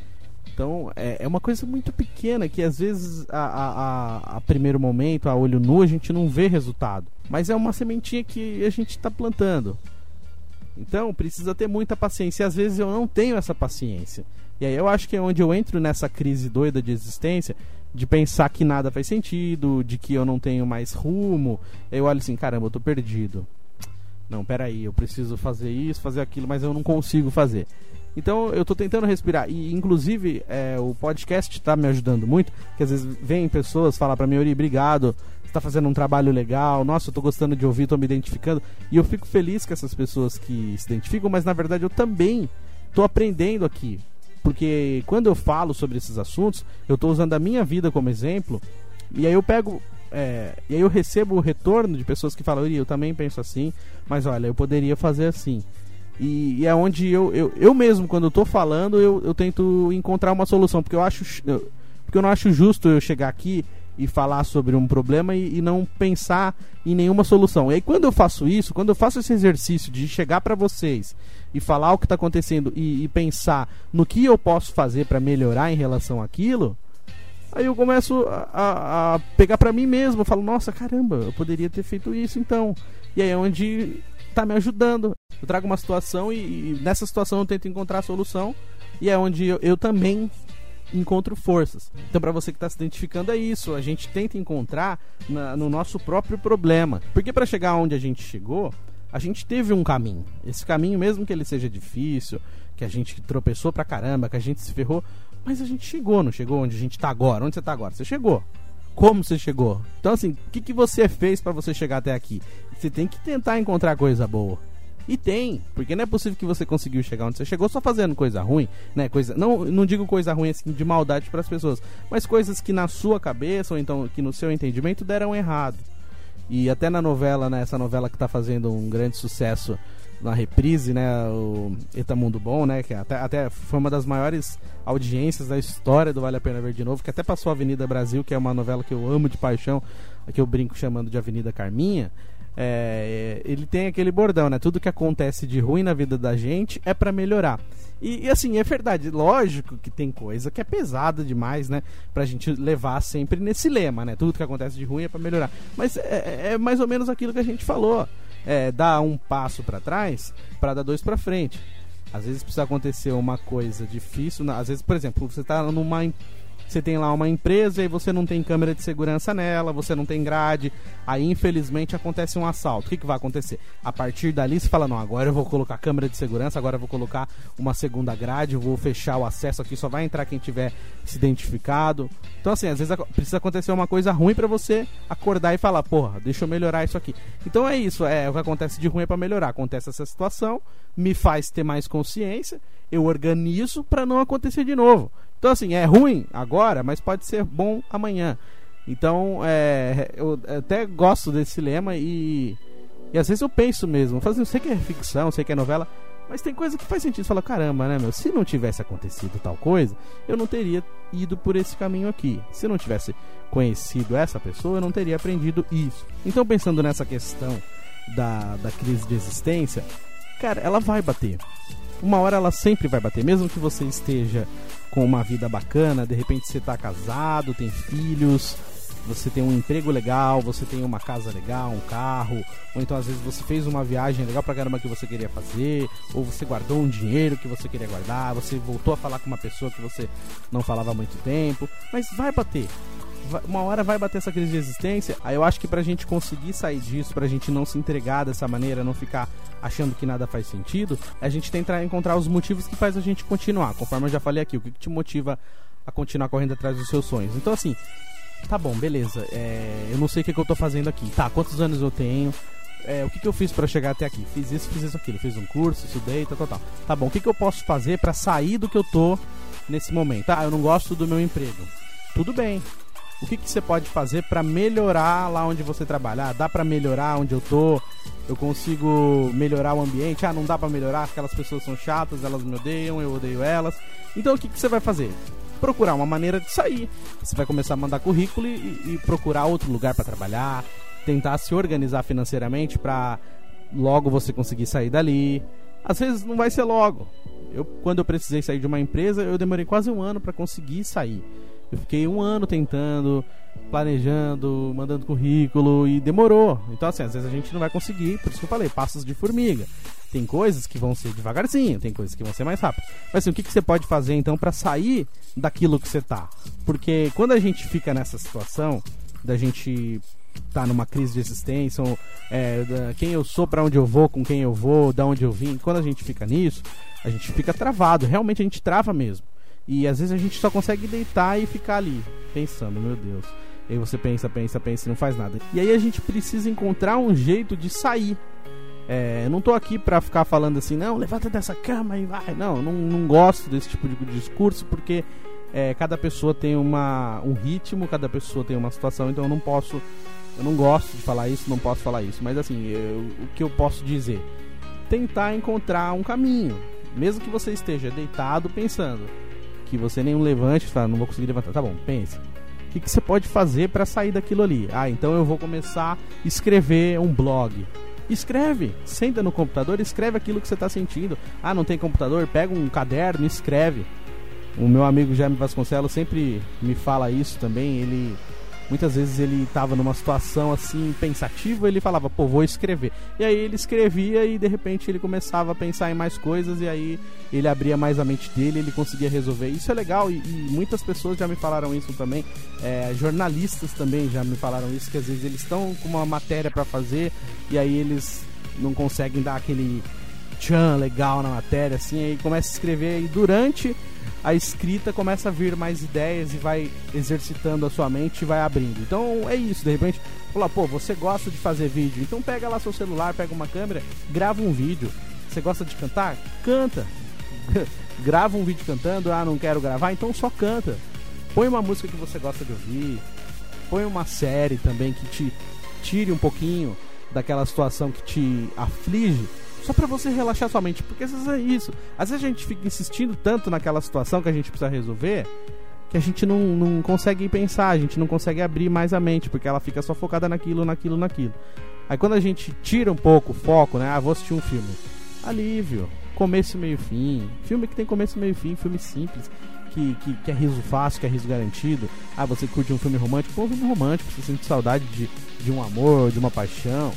Então é uma coisa muito pequena que às vezes a primeiro momento, a olho nu, a gente não vê resultado, mas é uma sementinha que a gente está plantando. Então precisa ter muita paciência, e às vezes eu não tenho essa paciência, e aí eu acho que é onde eu entro nessa crise doida de existência, de pensar que nada faz sentido, de que eu não tenho mais rumo. Eu olho assim, caramba, eu tô perdido. Não, peraí, eu preciso fazer isso, fazer aquilo, mas eu não consigo fazer. Então eu tô tentando respirar. E inclusive o podcast tá me ajudando muito, porque às vezes vem pessoas falar pra mim, Ori, obrigado, você tá fazendo um trabalho legal, nossa, eu tô gostando de ouvir, tô me identificando. E eu fico feliz com essas pessoas que se identificam, mas na verdade eu também tô aprendendo aqui. Porque quando eu falo sobre esses assuntos, eu tô usando a minha vida como exemplo, e aí eu pego... e aí eu recebo o retorno de pessoas que falam, Ori, eu também penso assim, mas olha, eu poderia fazer assim. E é onde eu mesmo, quando eu tô falando, eu tento encontrar uma solução, porque eu não acho justo eu chegar aqui e falar sobre um problema e não pensar em nenhuma solução. E aí quando eu faço isso, quando eu faço esse exercício de chegar pra vocês e falar o que tá acontecendo e pensar no que eu posso fazer pra melhorar em relação àquilo, Aí eu começo a pegar pra mim mesmo. Eu falo, nossa, caramba, eu poderia ter feito isso então. E aí é onde tá me ajudando. Eu trago uma situação e nessa situação eu tento encontrar a solução. E é onde eu também encontro forças. Então pra você que tá se identificando é isso. A gente tenta encontrar no nosso próprio problema. Porque pra chegar onde a gente chegou, a gente teve um caminho. Esse caminho, mesmo que ele seja difícil, que a gente tropeçou pra caramba, que a gente se ferrou, mas a gente chegou, não chegou onde a gente tá agora. Onde você tá agora? Você chegou. Como você chegou? Então assim, o que você fez pra você chegar até aqui? Você tem que tentar encontrar coisa boa. E tem, porque não é possível que você conseguiu chegar onde você chegou só fazendo coisa ruim, né? Não digo coisa ruim assim de maldade pras pessoas, mas coisas que na sua cabeça ou então que no seu entendimento deram errado. E até na novela, né, essa novela que tá fazendo um grande sucesso na reprise, né, o Eita Mundo Bom, né, que até foi uma das maiores audiências da história do Vale a Pena Ver de Novo, que até passou a Avenida Brasil, que é uma novela que eu amo de paixão, que eu brinco chamando de Avenida Carminha. Ele tem aquele bordão, né, tudo que acontece de ruim na vida da gente é pra melhorar. E assim, é verdade, lógico que tem coisa que é pesada demais, né, pra gente levar sempre nesse lema, né, tudo que acontece de ruim é pra melhorar. Mas é mais ou menos aquilo que a gente falou. Dar um passo pra trás pra dar 2 pra frente. Às vezes precisa acontecer uma coisa difícil. Às vezes, por exemplo, você tem lá uma empresa e você não tem câmera de segurança nela, você não tem grade, aí infelizmente acontece um assalto. O que vai acontecer? A partir dali você fala, não, agora eu vou colocar câmera de segurança, agora eu vou colocar uma segunda grade, eu vou fechar o acesso aqui, só vai entrar quem tiver se identificado. Então assim, às vezes precisa acontecer uma coisa ruim pra você acordar e falar, porra, deixa eu melhorar isso aqui. Então é isso, o que acontece de ruim é pra melhorar. Acontece essa situação, me faz ter mais consciência, eu organizo pra não acontecer de novo. Então assim, é ruim agora, mas pode ser bom amanhã. Então eu até gosto desse lema e às vezes eu penso mesmo, eu sei que é ficção, sei que é novela, mas tem coisa que faz sentido. Você fala, caramba, né, meu, se não tivesse acontecido tal coisa, eu não teria ido por esse caminho aqui. Se eu não tivesse conhecido essa pessoa, eu não teria aprendido isso. Então pensando nessa questão da crise de existência, cara, ela vai bater. Uma hora ela sempre vai bater, mesmo que você esteja com uma vida bacana, de repente você tá casado, tem filhos, você tem um emprego legal, você tem uma casa legal, um carro, ou então às vezes você fez uma viagem legal pra caramba que você queria fazer, ou você guardou um dinheiro que você queria guardar, você voltou a falar com uma pessoa que você não falava há muito tempo, mas vai bater. Uma hora vai bater essa crise de existência. Aí eu acho que pra gente conseguir sair disso, pra gente não se entregar dessa maneira, não ficar achando que nada faz sentido, a gente tentar encontrar os motivos que faz a gente continuar. Conforme eu já falei aqui, o que te motiva a continuar correndo atrás dos seus sonhos. Então assim, tá bom, beleza, eu não sei o que eu tô fazendo aqui. Tá, quantos anos eu tenho? O que eu fiz pra chegar até aqui? Fiz isso, aquilo. Fiz um curso, estudei, tal. Tá bom, o que eu posso fazer pra sair do que eu tô nesse momento? Ah, eu não gosto do meu emprego. Tudo bem. O que você pode fazer pra melhorar lá onde você trabalha? Ah, dá pra melhorar onde eu tô? Eu consigo melhorar o ambiente? Ah, não dá pra melhorar? Aquelas pessoas são chatas, elas me odeiam, eu odeio elas. Então o que você vai fazer? Procurar uma maneira de sair. Você vai começar a mandar currículo e procurar outro lugar pra trabalhar, tentar se organizar financeiramente pra logo você conseguir sair dali. Às vezes não vai ser logo. Quando eu precisei sair de uma empresa, eu demorei quase 1 ano pra conseguir sair. Eu fiquei 1 ano tentando, planejando, mandando currículo e demorou. Então assim, às vezes a gente não vai conseguir, por isso que eu falei, passos de formiga. Tem coisas que vão ser devagarzinho, tem coisas que vão ser mais rápido. Mas assim, o que você pode fazer então pra sair daquilo que você tá? Porque quando a gente fica nessa situação, da gente tá numa crise de existência, ou, quem eu sou, pra onde eu vou, com quem eu vou, da onde eu vim, quando a gente fica nisso, a gente fica travado, realmente a gente trava mesmo. E às vezes a gente só consegue deitar e ficar ali, pensando, meu Deus. E aí você pensa e não faz nada. E aí a gente precisa encontrar um jeito de sair. Eu não tô aqui pra ficar falando assim, não, levanta dessa cama e vai. Não gosto desse tipo de discurso, porque cada pessoa tem um ritmo, cada pessoa tem uma situação, então eu não gosto de falar isso, não posso falar isso. Mas assim, o que eu posso dizer? Tentar encontrar um caminho. Mesmo que você esteja deitado pensando que você nem levante e fala, não vou conseguir levantar. Tá bom, pense. O que você pode fazer pra sair daquilo ali? Ah, então eu vou começar a escrever um blog. Escreve, senta no computador e escreve aquilo que você tá sentindo. Ah, não tem computador? Pega um caderno e escreve. O meu amigo Jaime Vasconcelos sempre me fala isso também. Muitas vezes ele estava numa situação assim pensativa, ele falava, pô, vou escrever. E aí ele escrevia e de repente ele começava a pensar em mais coisas, e aí ele abria mais a mente dele, ele conseguia resolver. Isso é legal, e muitas pessoas já me falaram isso também. Jornalistas também já me falaram isso, que às vezes eles estão com uma matéria para fazer e aí eles não conseguem dar aquele tchan legal na matéria, assim, aí começa a escrever, e durante a escrita começa a vir mais ideias e vai exercitando a sua mente e vai abrindo. Então é isso, de repente, fala, pô, você gosta de fazer vídeo, então pega lá seu celular, pega uma câmera, grava um vídeo. Você gosta de cantar? Canta. Grava um vídeo cantando. Não quero gravar, então só canta. Põe uma música que você gosta de ouvir. Põe uma série também que te tire um pouquinho daquela situação que te aflige, só pra você relaxar sua mente, porque às vezes é isso. Às vezes a gente fica insistindo tanto naquela situação que a gente precisa resolver, que a gente não consegue pensar, a gente não consegue abrir mais a mente, porque ela fica só focada naquilo. Aí quando a gente tira um pouco o foco, né? Vou assistir um filme. Alívio, começo, meio, fim. Filme que tem começo, meio, fim, filme simples, que é riso fácil, que é riso garantido. Você curte um filme romântico, põe um filme romântico, você sente saudade de um amor, de uma paixão.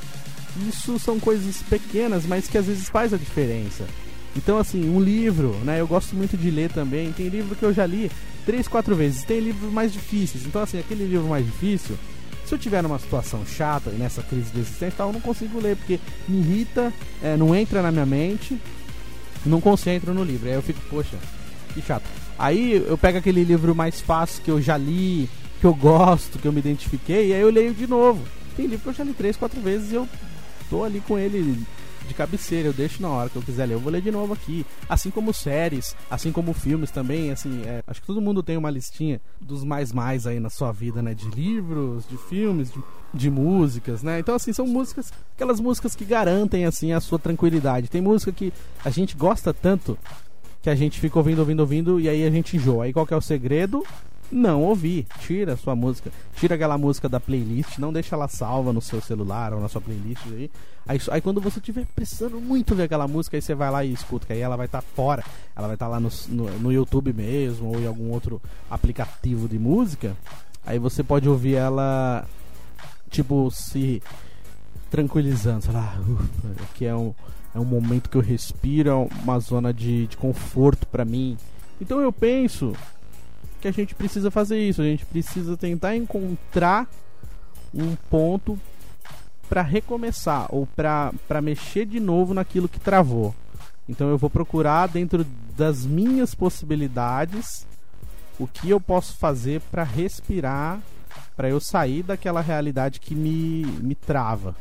Isso são coisas pequenas, mas que às vezes faz a diferença. Então, assim, um livro, né? Eu gosto muito de ler também. Tem livro que eu já li 3, 4 vezes. Tem livros mais difíceis. Então, assim, aquele livro mais difícil, se eu tiver numa situação chata e nessa crise de existência, eu não consigo ler, porque me irrita, não entra na minha mente, não concentro no livro. Aí eu fico, poxa, que chato. Aí eu pego aquele livro mais fácil que eu já li, que eu gosto, que eu me identifiquei, e aí eu leio de novo. Tem livro que eu já li 3, 4 vezes e eu tô ali com ele de cabeceira, eu deixo na hora que eu quiser ler, eu vou ler de novo aqui. Assim como séries, assim como filmes também, assim, acho que todo mundo tem uma listinha dos mais aí na sua vida, né? De livros, de filmes, de músicas, né? Então, assim, são músicas, aquelas músicas que garantem, assim, a sua tranquilidade. Tem música que a gente gosta tanto que a gente fica ouvindo e aí a gente enjoa. Aí qual que é o segredo? Não ouvir. Tira a sua música, tira aquela música da playlist, não deixa ela salva no seu celular ou na sua playlist aí quando você estiver precisando muito ver aquela música, aí você vai lá e escuta, que aí ela vai estar fora, ela vai estar lá no YouTube mesmo, ou em algum outro aplicativo de música. Aí você pode ouvir ela, tipo, se tranquilizando, sei lá, que é um momento que eu respiro, é uma zona de conforto pra mim. Então eu penso que a gente precisa fazer isso, a gente precisa tentar encontrar um ponto para recomeçar ou para mexer de novo naquilo que travou. Então eu vou procurar dentro das minhas possibilidades o que eu posso fazer para respirar, para eu sair daquela realidade que me trava.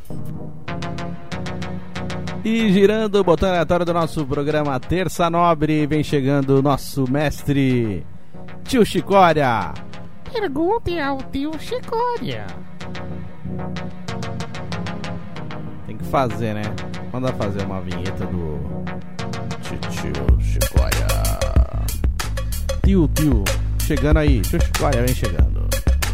E girando o botão aleatório do nosso programa Terça Nobre, vem chegando o nosso mestre Tio Chicória.
Pergunte ao Tio Chicória.
Tem que fazer, né? Manda fazer uma vinheta do Tio Chicória. Tio, chegando aí. Tio Chicória, vem chegando.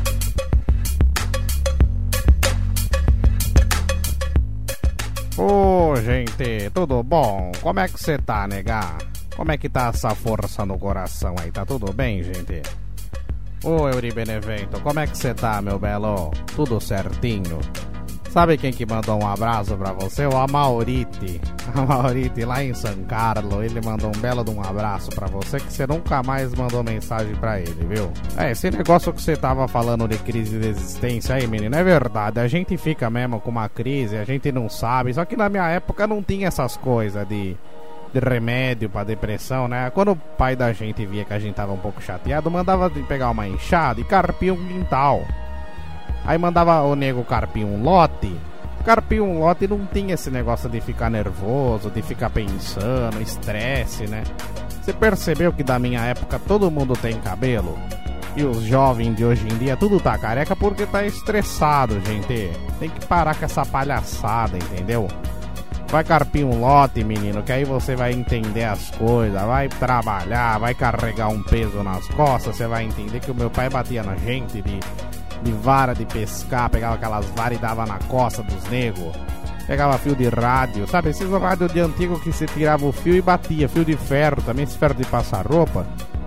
Ô, gente, tudo bom? Como é que você tá, nega? Como é que tá essa força no coração aí? Tá tudo bem, gente? Ô, Euribenevento, como é que você tá, meu belo? Tudo certinho? Sabe quem que mandou um abraço pra você? O Amauriti. Amauriti, lá em São Carlos, ele mandou um belo de um abraço pra você, que você nunca mais mandou mensagem pra ele, viu? Esse negócio que você tava falando de crise de existência aí, menino, é verdade. A gente fica mesmo com uma crise, a gente não sabe. Só que na minha época não tinha essas coisas de remédio pra depressão, né? Quando o pai da gente via que a gente tava um pouco chateado, mandava pegar uma enxada e carpir um quintal. Aí mandava o nego carpir um lote. Carpir um lote não tinha esse negócio de ficar nervoso, de ficar pensando, estresse, né? Você percebeu que da minha época todo mundo tem cabelo? E os jovens de hoje em dia tudo tá careca porque tá estressado, gente. Tem que parar com essa palhaçada, entendeu? Vai carpir um lote, menino, que aí você vai entender as coisas, vai trabalhar, vai carregar um peso nas costas, você vai entender que o meu pai batia na gente de vara de pescar, pegava aquelas varas e dava na costa dos negros. Pegava fio de rádio, sabe? Esses rádios de antigo que você tirava o fio e batia, fio de ferro também, esse ferro de passar roupa.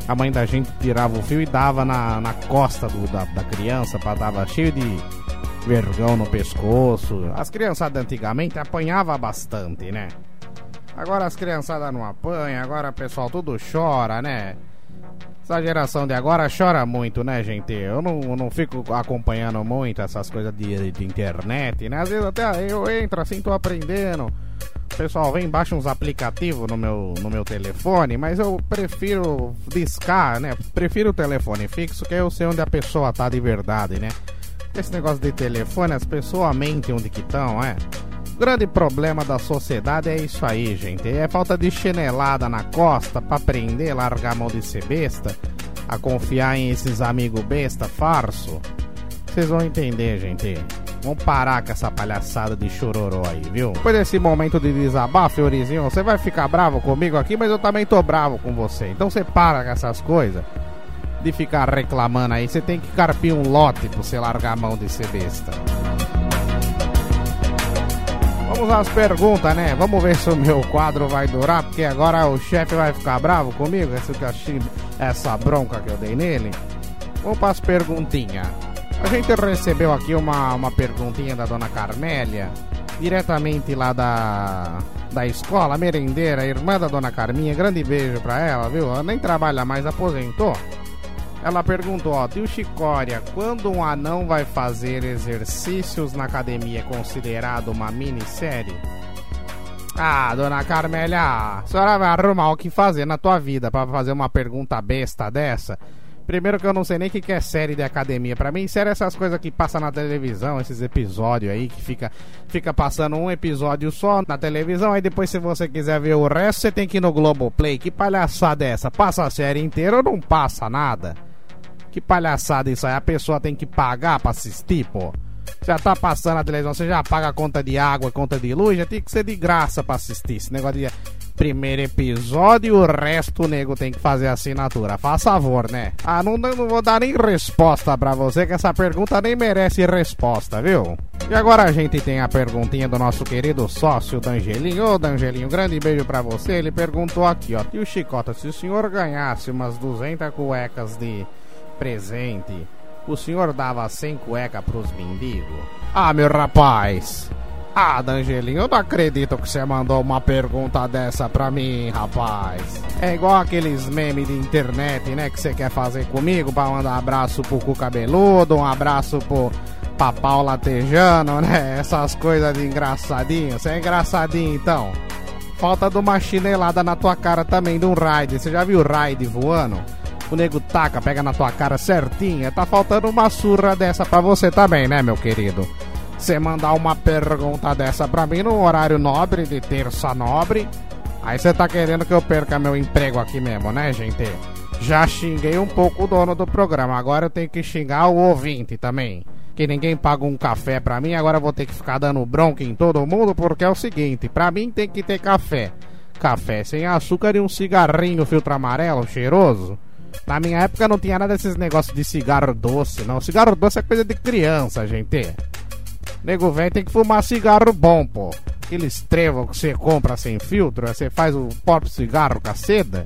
A mãe da gente tirava o fio e dava na costa da criança, tava cheio de vergão no pescoço. As criançadas antigamente apanhavam bastante, né? Agora as criançadas não apanham, agora o pessoal tudo chora, né? Essa geração de agora chora muito, né, gente? Eu não fico acompanhando muito essas coisas de internet, né? Às vezes até eu entro assim, tô aprendendo. O pessoal vem, baixa uns aplicativos no meu telefone, mas eu prefiro discar, né? Prefiro o telefone fixo, que eu sei onde a pessoa tá de verdade, né? Esse negócio de telefone, as pessoas mentem onde que estão, é? O grande problema da sociedade é isso aí, gente. É falta de chinelada na costa pra aprender, largar a mão de ser besta, a confiar em esses amigos besta, farso. Vocês vão entender, gente. Vamos parar com essa palhaçada de chororó aí, viu? Depois desse momento de desabafo, Eurizinho, você vai ficar bravo comigo aqui, mas eu também tô bravo com você. Então você para com essas coisas de ficar reclamando aí. Você tem que carpir um lote pra você largar a mão de ser besta. Vamos às perguntas, né? Vamos ver se o meu quadro vai durar, porque agora o chefe vai ficar bravo comigo, essa bronca que eu dei nele. Vamos para as perguntinhas. A gente recebeu aqui uma perguntinha da dona Carmélia, diretamente lá da escola, merendeira, irmã da dona Carminha. Grande beijo pra ela, viu? Ela nem trabalha mais, aposentou. Ela perguntou, ó, tio Chicória, quando um anão vai fazer exercícios na academia é considerado uma minissérie? Ah, dona Carmélia, a senhora vai arrumar o que fazer na tua vida pra fazer uma pergunta besta dessa? Primeiro que eu não sei nem o que é série de academia. Pra mim, série é essas coisas que passam na televisão, esses episódios aí, que fica passando um episódio só na televisão, aí depois se você quiser ver o resto, você tem que ir no Globoplay. Que palhaçada é essa? Passa a série inteira ou não passa nada? Que palhaçada isso aí? A pessoa tem que pagar pra assistir, pô. Já tá passando na televisão, você já paga a conta de água, conta de luz, já tem que ser de graça pra assistir. Esse negócio de primeiro episódio e o resto o nego tem que fazer assinatura. Faz favor, né? Ah, não vou dar nem resposta pra você, que essa pergunta nem merece resposta, viu? E agora a gente tem a perguntinha do nosso querido sócio Dangelinho. Ô Dangelinho, grande beijo pra você. Ele perguntou aqui, ó, tio Chicota, se o senhor ganhasse umas 200 cuecas de presente, o senhor dava 100 cuecas pros mendigos? Ah, meu rapaz. Ah, Dangelinho, eu não acredito que você mandou uma pergunta dessa pra mim, rapaz. É igual aqueles memes de internet, né, que você quer fazer comigo pra mandar abraço pro cu cabeludo, um abraço pra pau latejando, né, essas coisas de engraçadinho. Você é engraçadinho, então. Falta de uma chinelada na tua cara também, de um raid. Você já viu o raid voando? O nego taca, pega na tua cara certinha. Tá faltando uma surra dessa pra você também, né, meu querido? Você mandar uma pergunta dessa pra mim no horário nobre, de terça nobre, aí você tá querendo que eu perca meu emprego aqui mesmo, né, gente? Já xinguei um pouco o dono do programa, agora eu tenho que xingar o ouvinte também. Que ninguém paga um café pra mim, agora eu vou ter que ficar dando bronca em todo mundo, porque é o seguinte, pra mim tem que ter café. Café sem açúcar e um cigarrinho filtro amarelo, cheiroso. Na minha época não tinha nada desses negócios de cigarro doce, não. Cigarro doce é coisa de criança, gente. Nego velho tem que fumar cigarro bom, pô. Aqueles trevo que você compra sem filtro, você faz o próprio cigarro com a seda,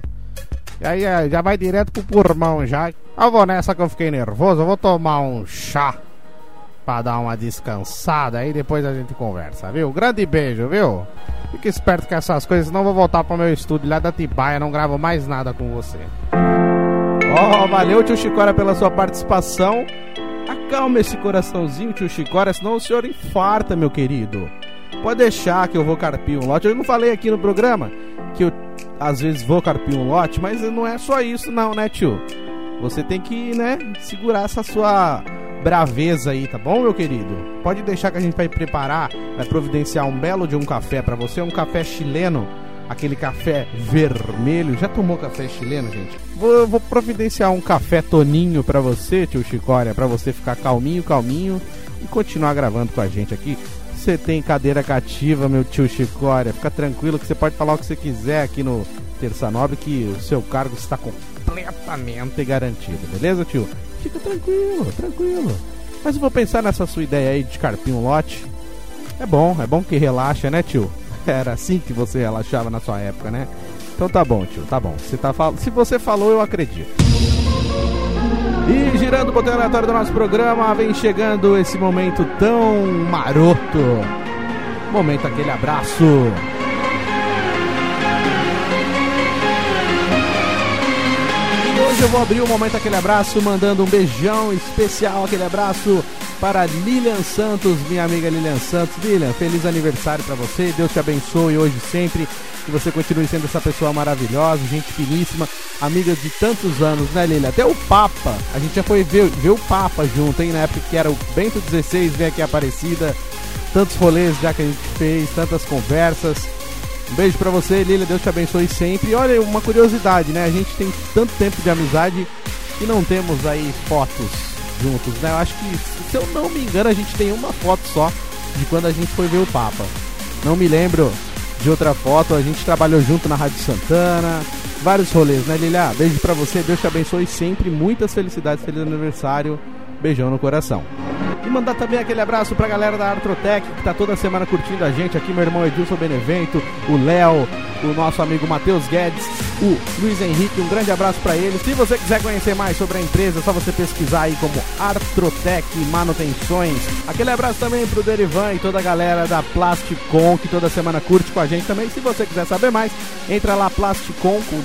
e aí já vai direto pro pulmão já. Eu vou nessa que eu fiquei nervoso, eu vou tomar um chá pra dar uma descansada, aí depois a gente conversa, viu? Grande beijo, viu? Fique esperto com essas coisas, senão eu vou voltar pro meu estúdio lá da Atibaia, não gravo mais nada com você. Ó, valeu, tio Chicória, pela sua participação. Acalma esse coraçãozinho, tio Chicória, senão o senhor infarta, meu querido. Pode deixar que eu vou carpir um lote. Eu não falei aqui no programa que eu às vezes vou carpir um lote, mas não é só isso não, né, tio? Você tem que, né, segurar essa sua braveza aí, tá bom, meu querido? Pode deixar que a gente vai preparar, vai providenciar um belo de um café pra você, um café chileno, aquele café vermelho. Já tomou café chileno, gente? Vou providenciar um café toninho pra você, tio Chicória, pra você ficar calminho e continuar gravando com a gente aqui. Você tem cadeira cativa, meu tio Chicória. Fica tranquilo que você pode falar o que você quiser aqui no Terça Nobre, que o seu cargo está completamente garantido, beleza, tio? Fica tranquilo. Mas eu vou pensar nessa sua ideia aí de carpir um lote. É bom que relaxa, né, tio? Era assim que você relaxava na sua época, né? Então tá bom, tio, tá bom. Se você falou, eu acredito. E girando o botão aleatório do nosso programa, vem chegando esse momento tão maroto. Momento aquele abraço. E hoje eu vou abrir o momento aquele abraço mandando um beijão especial, aquele abraço para Lilian Santos, minha amiga Lilian Santos. Lilian, feliz aniversário para você, Deus te abençoe hoje sempre, que você continue sendo essa pessoa maravilhosa, gente finíssima, amiga de tantos anos, né, Lilian? Até o Papa, a gente já foi ver o Papa junto, hein, na época que era o Bento XVI, vem aqui a Aparecida, tantos rolês já que a gente fez, tantas conversas. Um beijo pra você, Lilian, Deus te abençoe sempre. E olha, uma curiosidade, né, a gente tem tanto tempo de amizade e não temos aí fotos juntos, né? Eu acho que, se eu não me engano, a gente tem uma foto só de quando a gente foi ver o Papa. Não me lembro de outra foto. A gente trabalhou junto na Rádio Santana, vários rolês, né, Lilia? Beijo pra você, Deus te abençoe sempre, muitas felicidades, feliz aniversário, beijão no coração. E mandar também aquele abraço pra galera da Artrotec, que tá toda semana curtindo a gente aqui, meu irmão Edilson Benevento, o Léo, o nosso amigo Matheus Guedes, o Luiz Henrique, um grande abraço pra eles. Se você quiser conhecer mais sobre a empresa, é só você pesquisar aí como Artrotec Manutenções. Aquele abraço também pro Derivan e toda a galera da Plasticon, que toda semana curte com a gente também. Se você quiser saber mais, entra lá plasticon com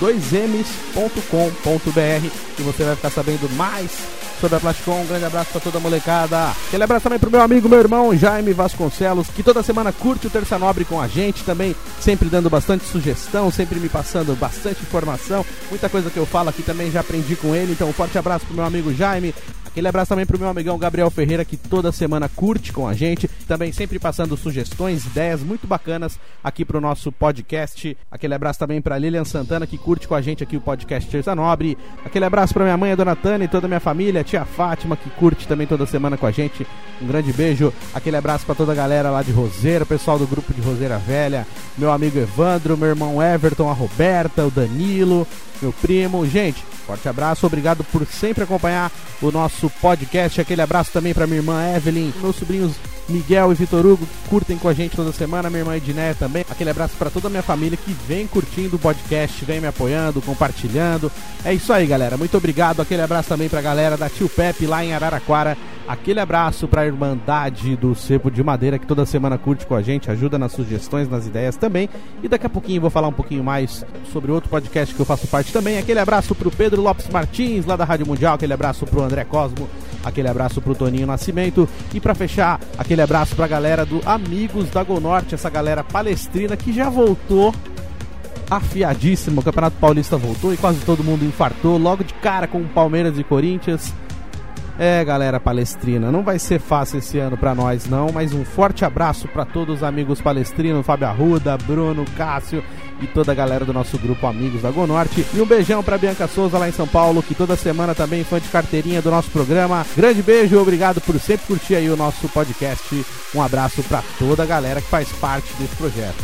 2ms.com.br e você vai ficar sabendo mais sobre a Plasticon. Um grande abraço pra toda a molecada. Aquele abraço também pro meu amigo, meu irmão Jaime Vasconcelos, que toda semana curte o Terça Nobre com a gente também, sempre dando bastante sugestão, sempre me passando bastante informação, muita coisa que eu falo aqui também já aprendi com ele. Então um forte abraço pro meu amigo Jaime. Aquele abraço também pro meu amigão Gabriel Ferreira, que toda semana curte com a gente, também sempre passando sugestões, ideias muito bacanas aqui pro nosso podcast. Aquele abraço também pra Lilian Santana, que curte com a gente aqui o podcast Terça Nobre. Aquele abraço pra minha mãe, a dona Tânia, e toda a minha família, a tia Fátima, que curte também toda semana com a gente. Um grande beijo. Aquele abraço pra toda a galera lá de Roseira, o pessoal do grupo de Roseira Velha, meu amigo Evandro, meu irmão Everton, a Roberta, o Danilo, meu primo. Gente, forte abraço, obrigado por sempre acompanhar o nosso podcast. Aquele abraço também pra minha irmã Evelyn, meus sobrinhos Miguel e Vitor Hugo, que curtem com a gente toda semana, minha irmã Edneia também. Aquele abraço pra toda a minha família que vem curtindo o podcast, vem me apoiando, compartilhando. É isso aí, galera, muito obrigado. Aquele abraço também pra galera da Tio Pepe lá em Araraquara. Aquele abraço pra Irmandade do Cepo de Madeira, que toda semana curte com a gente, ajuda nas sugestões, nas ideias também. E daqui a pouquinho eu vou falar um pouquinho mais sobre outro podcast que eu faço parte também. Aquele abraço pro Pedro Lopes Martins, lá da Rádio Mundial. Aquele abraço pro André Cosmo. Aquele abraço pro Toninho Nascimento. E pra fechar, aquele abraço pra galera do Amigos da Gol Norte, essa galera palestrina que já voltou afiadíssimo. O Campeonato Paulista voltou e quase todo mundo infartou logo de cara com o Palmeiras e Corinthians. É, galera palestrina, não vai ser fácil esse ano pra nós não, mas um forte abraço pra todos os amigos palestrinos, Fábio Arruda, Bruno, Cássio e toda a galera do nosso grupo Amigos da Gol Norte. E um beijão pra Bianca Souza lá em São Paulo, que toda semana também fã de carteirinha do nosso programa. Grande beijo, obrigado por sempre curtir aí o nosso podcast. Um abraço pra toda a galera que faz parte desse projeto.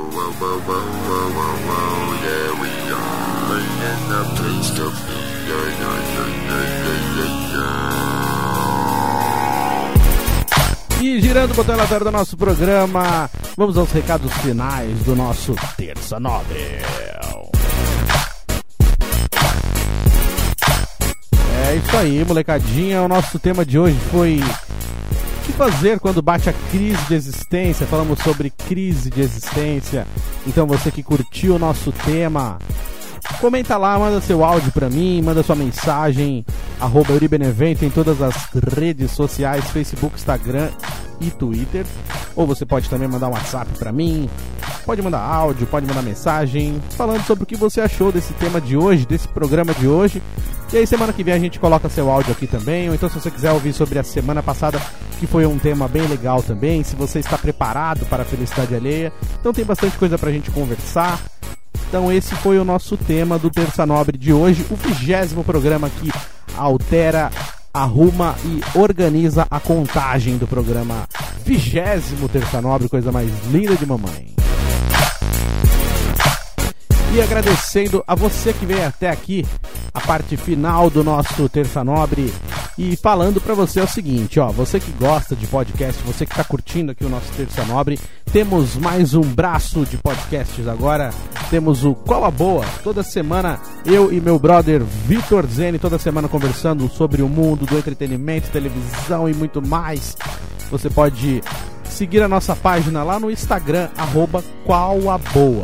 E girando o botão aleatório do nosso programa, vamos aos recados finais do nosso Terça Nobre. É isso aí, molecadinha. O nosso tema de hoje foi o que fazer quando bate a crise de existência. Falamos sobre crise de existência. Então você que curtiu o nosso tema, comenta lá, manda seu áudio pra mim, manda sua mensagem, @euribenevento em todas as redes sociais, Facebook, Instagram e Twitter. Ou você pode também mandar um WhatsApp pra mim, pode mandar áudio, pode mandar mensagem, falando sobre o que você achou desse tema de hoje, desse programa de hoje. E aí semana que vem a gente coloca seu áudio aqui também, ou então se você quiser ouvir sobre a semana passada, que foi um tema bem legal também, se você está preparado para a felicidade alheia. Então tem bastante coisa pra gente conversar. Então esse foi o nosso tema do Terça Nobre de hoje, o 20º programa que altera, arruma e organiza a contagem do programa 20º Terça Nobre, coisa mais linda de mamãe. E agradecendo a você que veio até aqui, a parte final do nosso Terça Nobre.
E falando pra você é o seguinte, ó, você que gosta de podcast, você que tá curtindo aqui o nosso Terça Nobre, temos mais um braço de podcasts agora, temos o Qual a Boa, toda semana eu e meu brother Vitor Zeni, toda semana conversando sobre o mundo do entretenimento, televisão e muito mais. Você pode seguir a nossa página lá no Instagram, @qualaboa.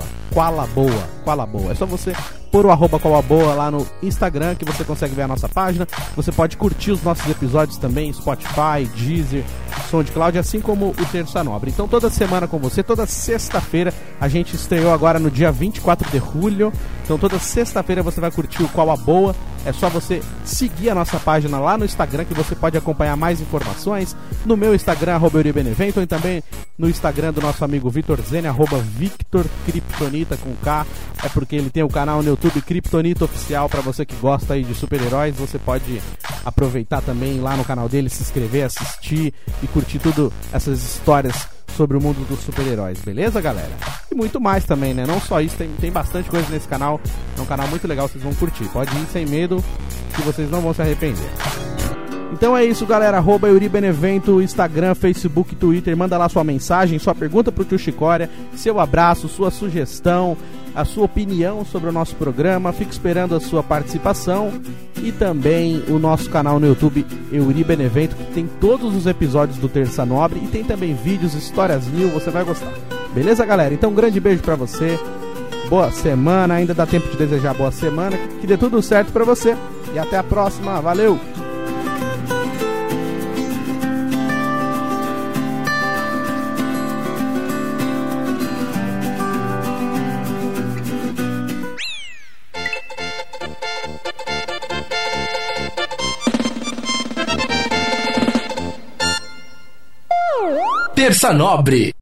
É só você pôr o @qualaboa lá no Instagram que você consegue ver a nossa página. Você pode curtir os nossos episódios também, Spotify, Deezer, SoundCloud, assim como o Terça Nobre. Então toda semana com você, toda sexta-feira, a gente estreou agora no dia 24 de julho. Então toda sexta-feira você vai curtir o Qual a Boa. É só você seguir a nossa página lá no Instagram que você pode acompanhar mais informações. No meu Instagram, @euribenevento, e também no Instagram do nosso amigo Vitor Zeni, @VictorKryptonita com K. É porque ele tem o canal no YouTube Kryptonita Oficial. Para você que gosta aí de super-heróis, você pode aproveitar também lá no canal dele, se inscrever, assistir e curtir tudo essas histórias sobre o mundo dos super-heróis, beleza, galera? E muito mais também, né? Não só isso, tem bastante coisa nesse canal. É um canal muito legal, vocês vão curtir. Pode ir sem medo, que vocês não vão se arrepender. Então é isso, galera. @euribenevento, Instagram, Facebook, Twitter. Manda lá sua mensagem, sua pergunta pro tio Chicória, seu abraço, sua sugestão, a sua opinião sobre o nosso programa. Fico esperando a sua participação. E também o nosso canal no YouTube, Euribenevento, que tem todos os episódios do Terça Nobre. E tem também vídeos, histórias mil, você vai gostar. Beleza, galera? Então um grande beijo pra você. Boa semana, ainda dá tempo de desejar boa semana. Que dê tudo certo pra você. E até a próxima. Valeu!
Terça Nobre.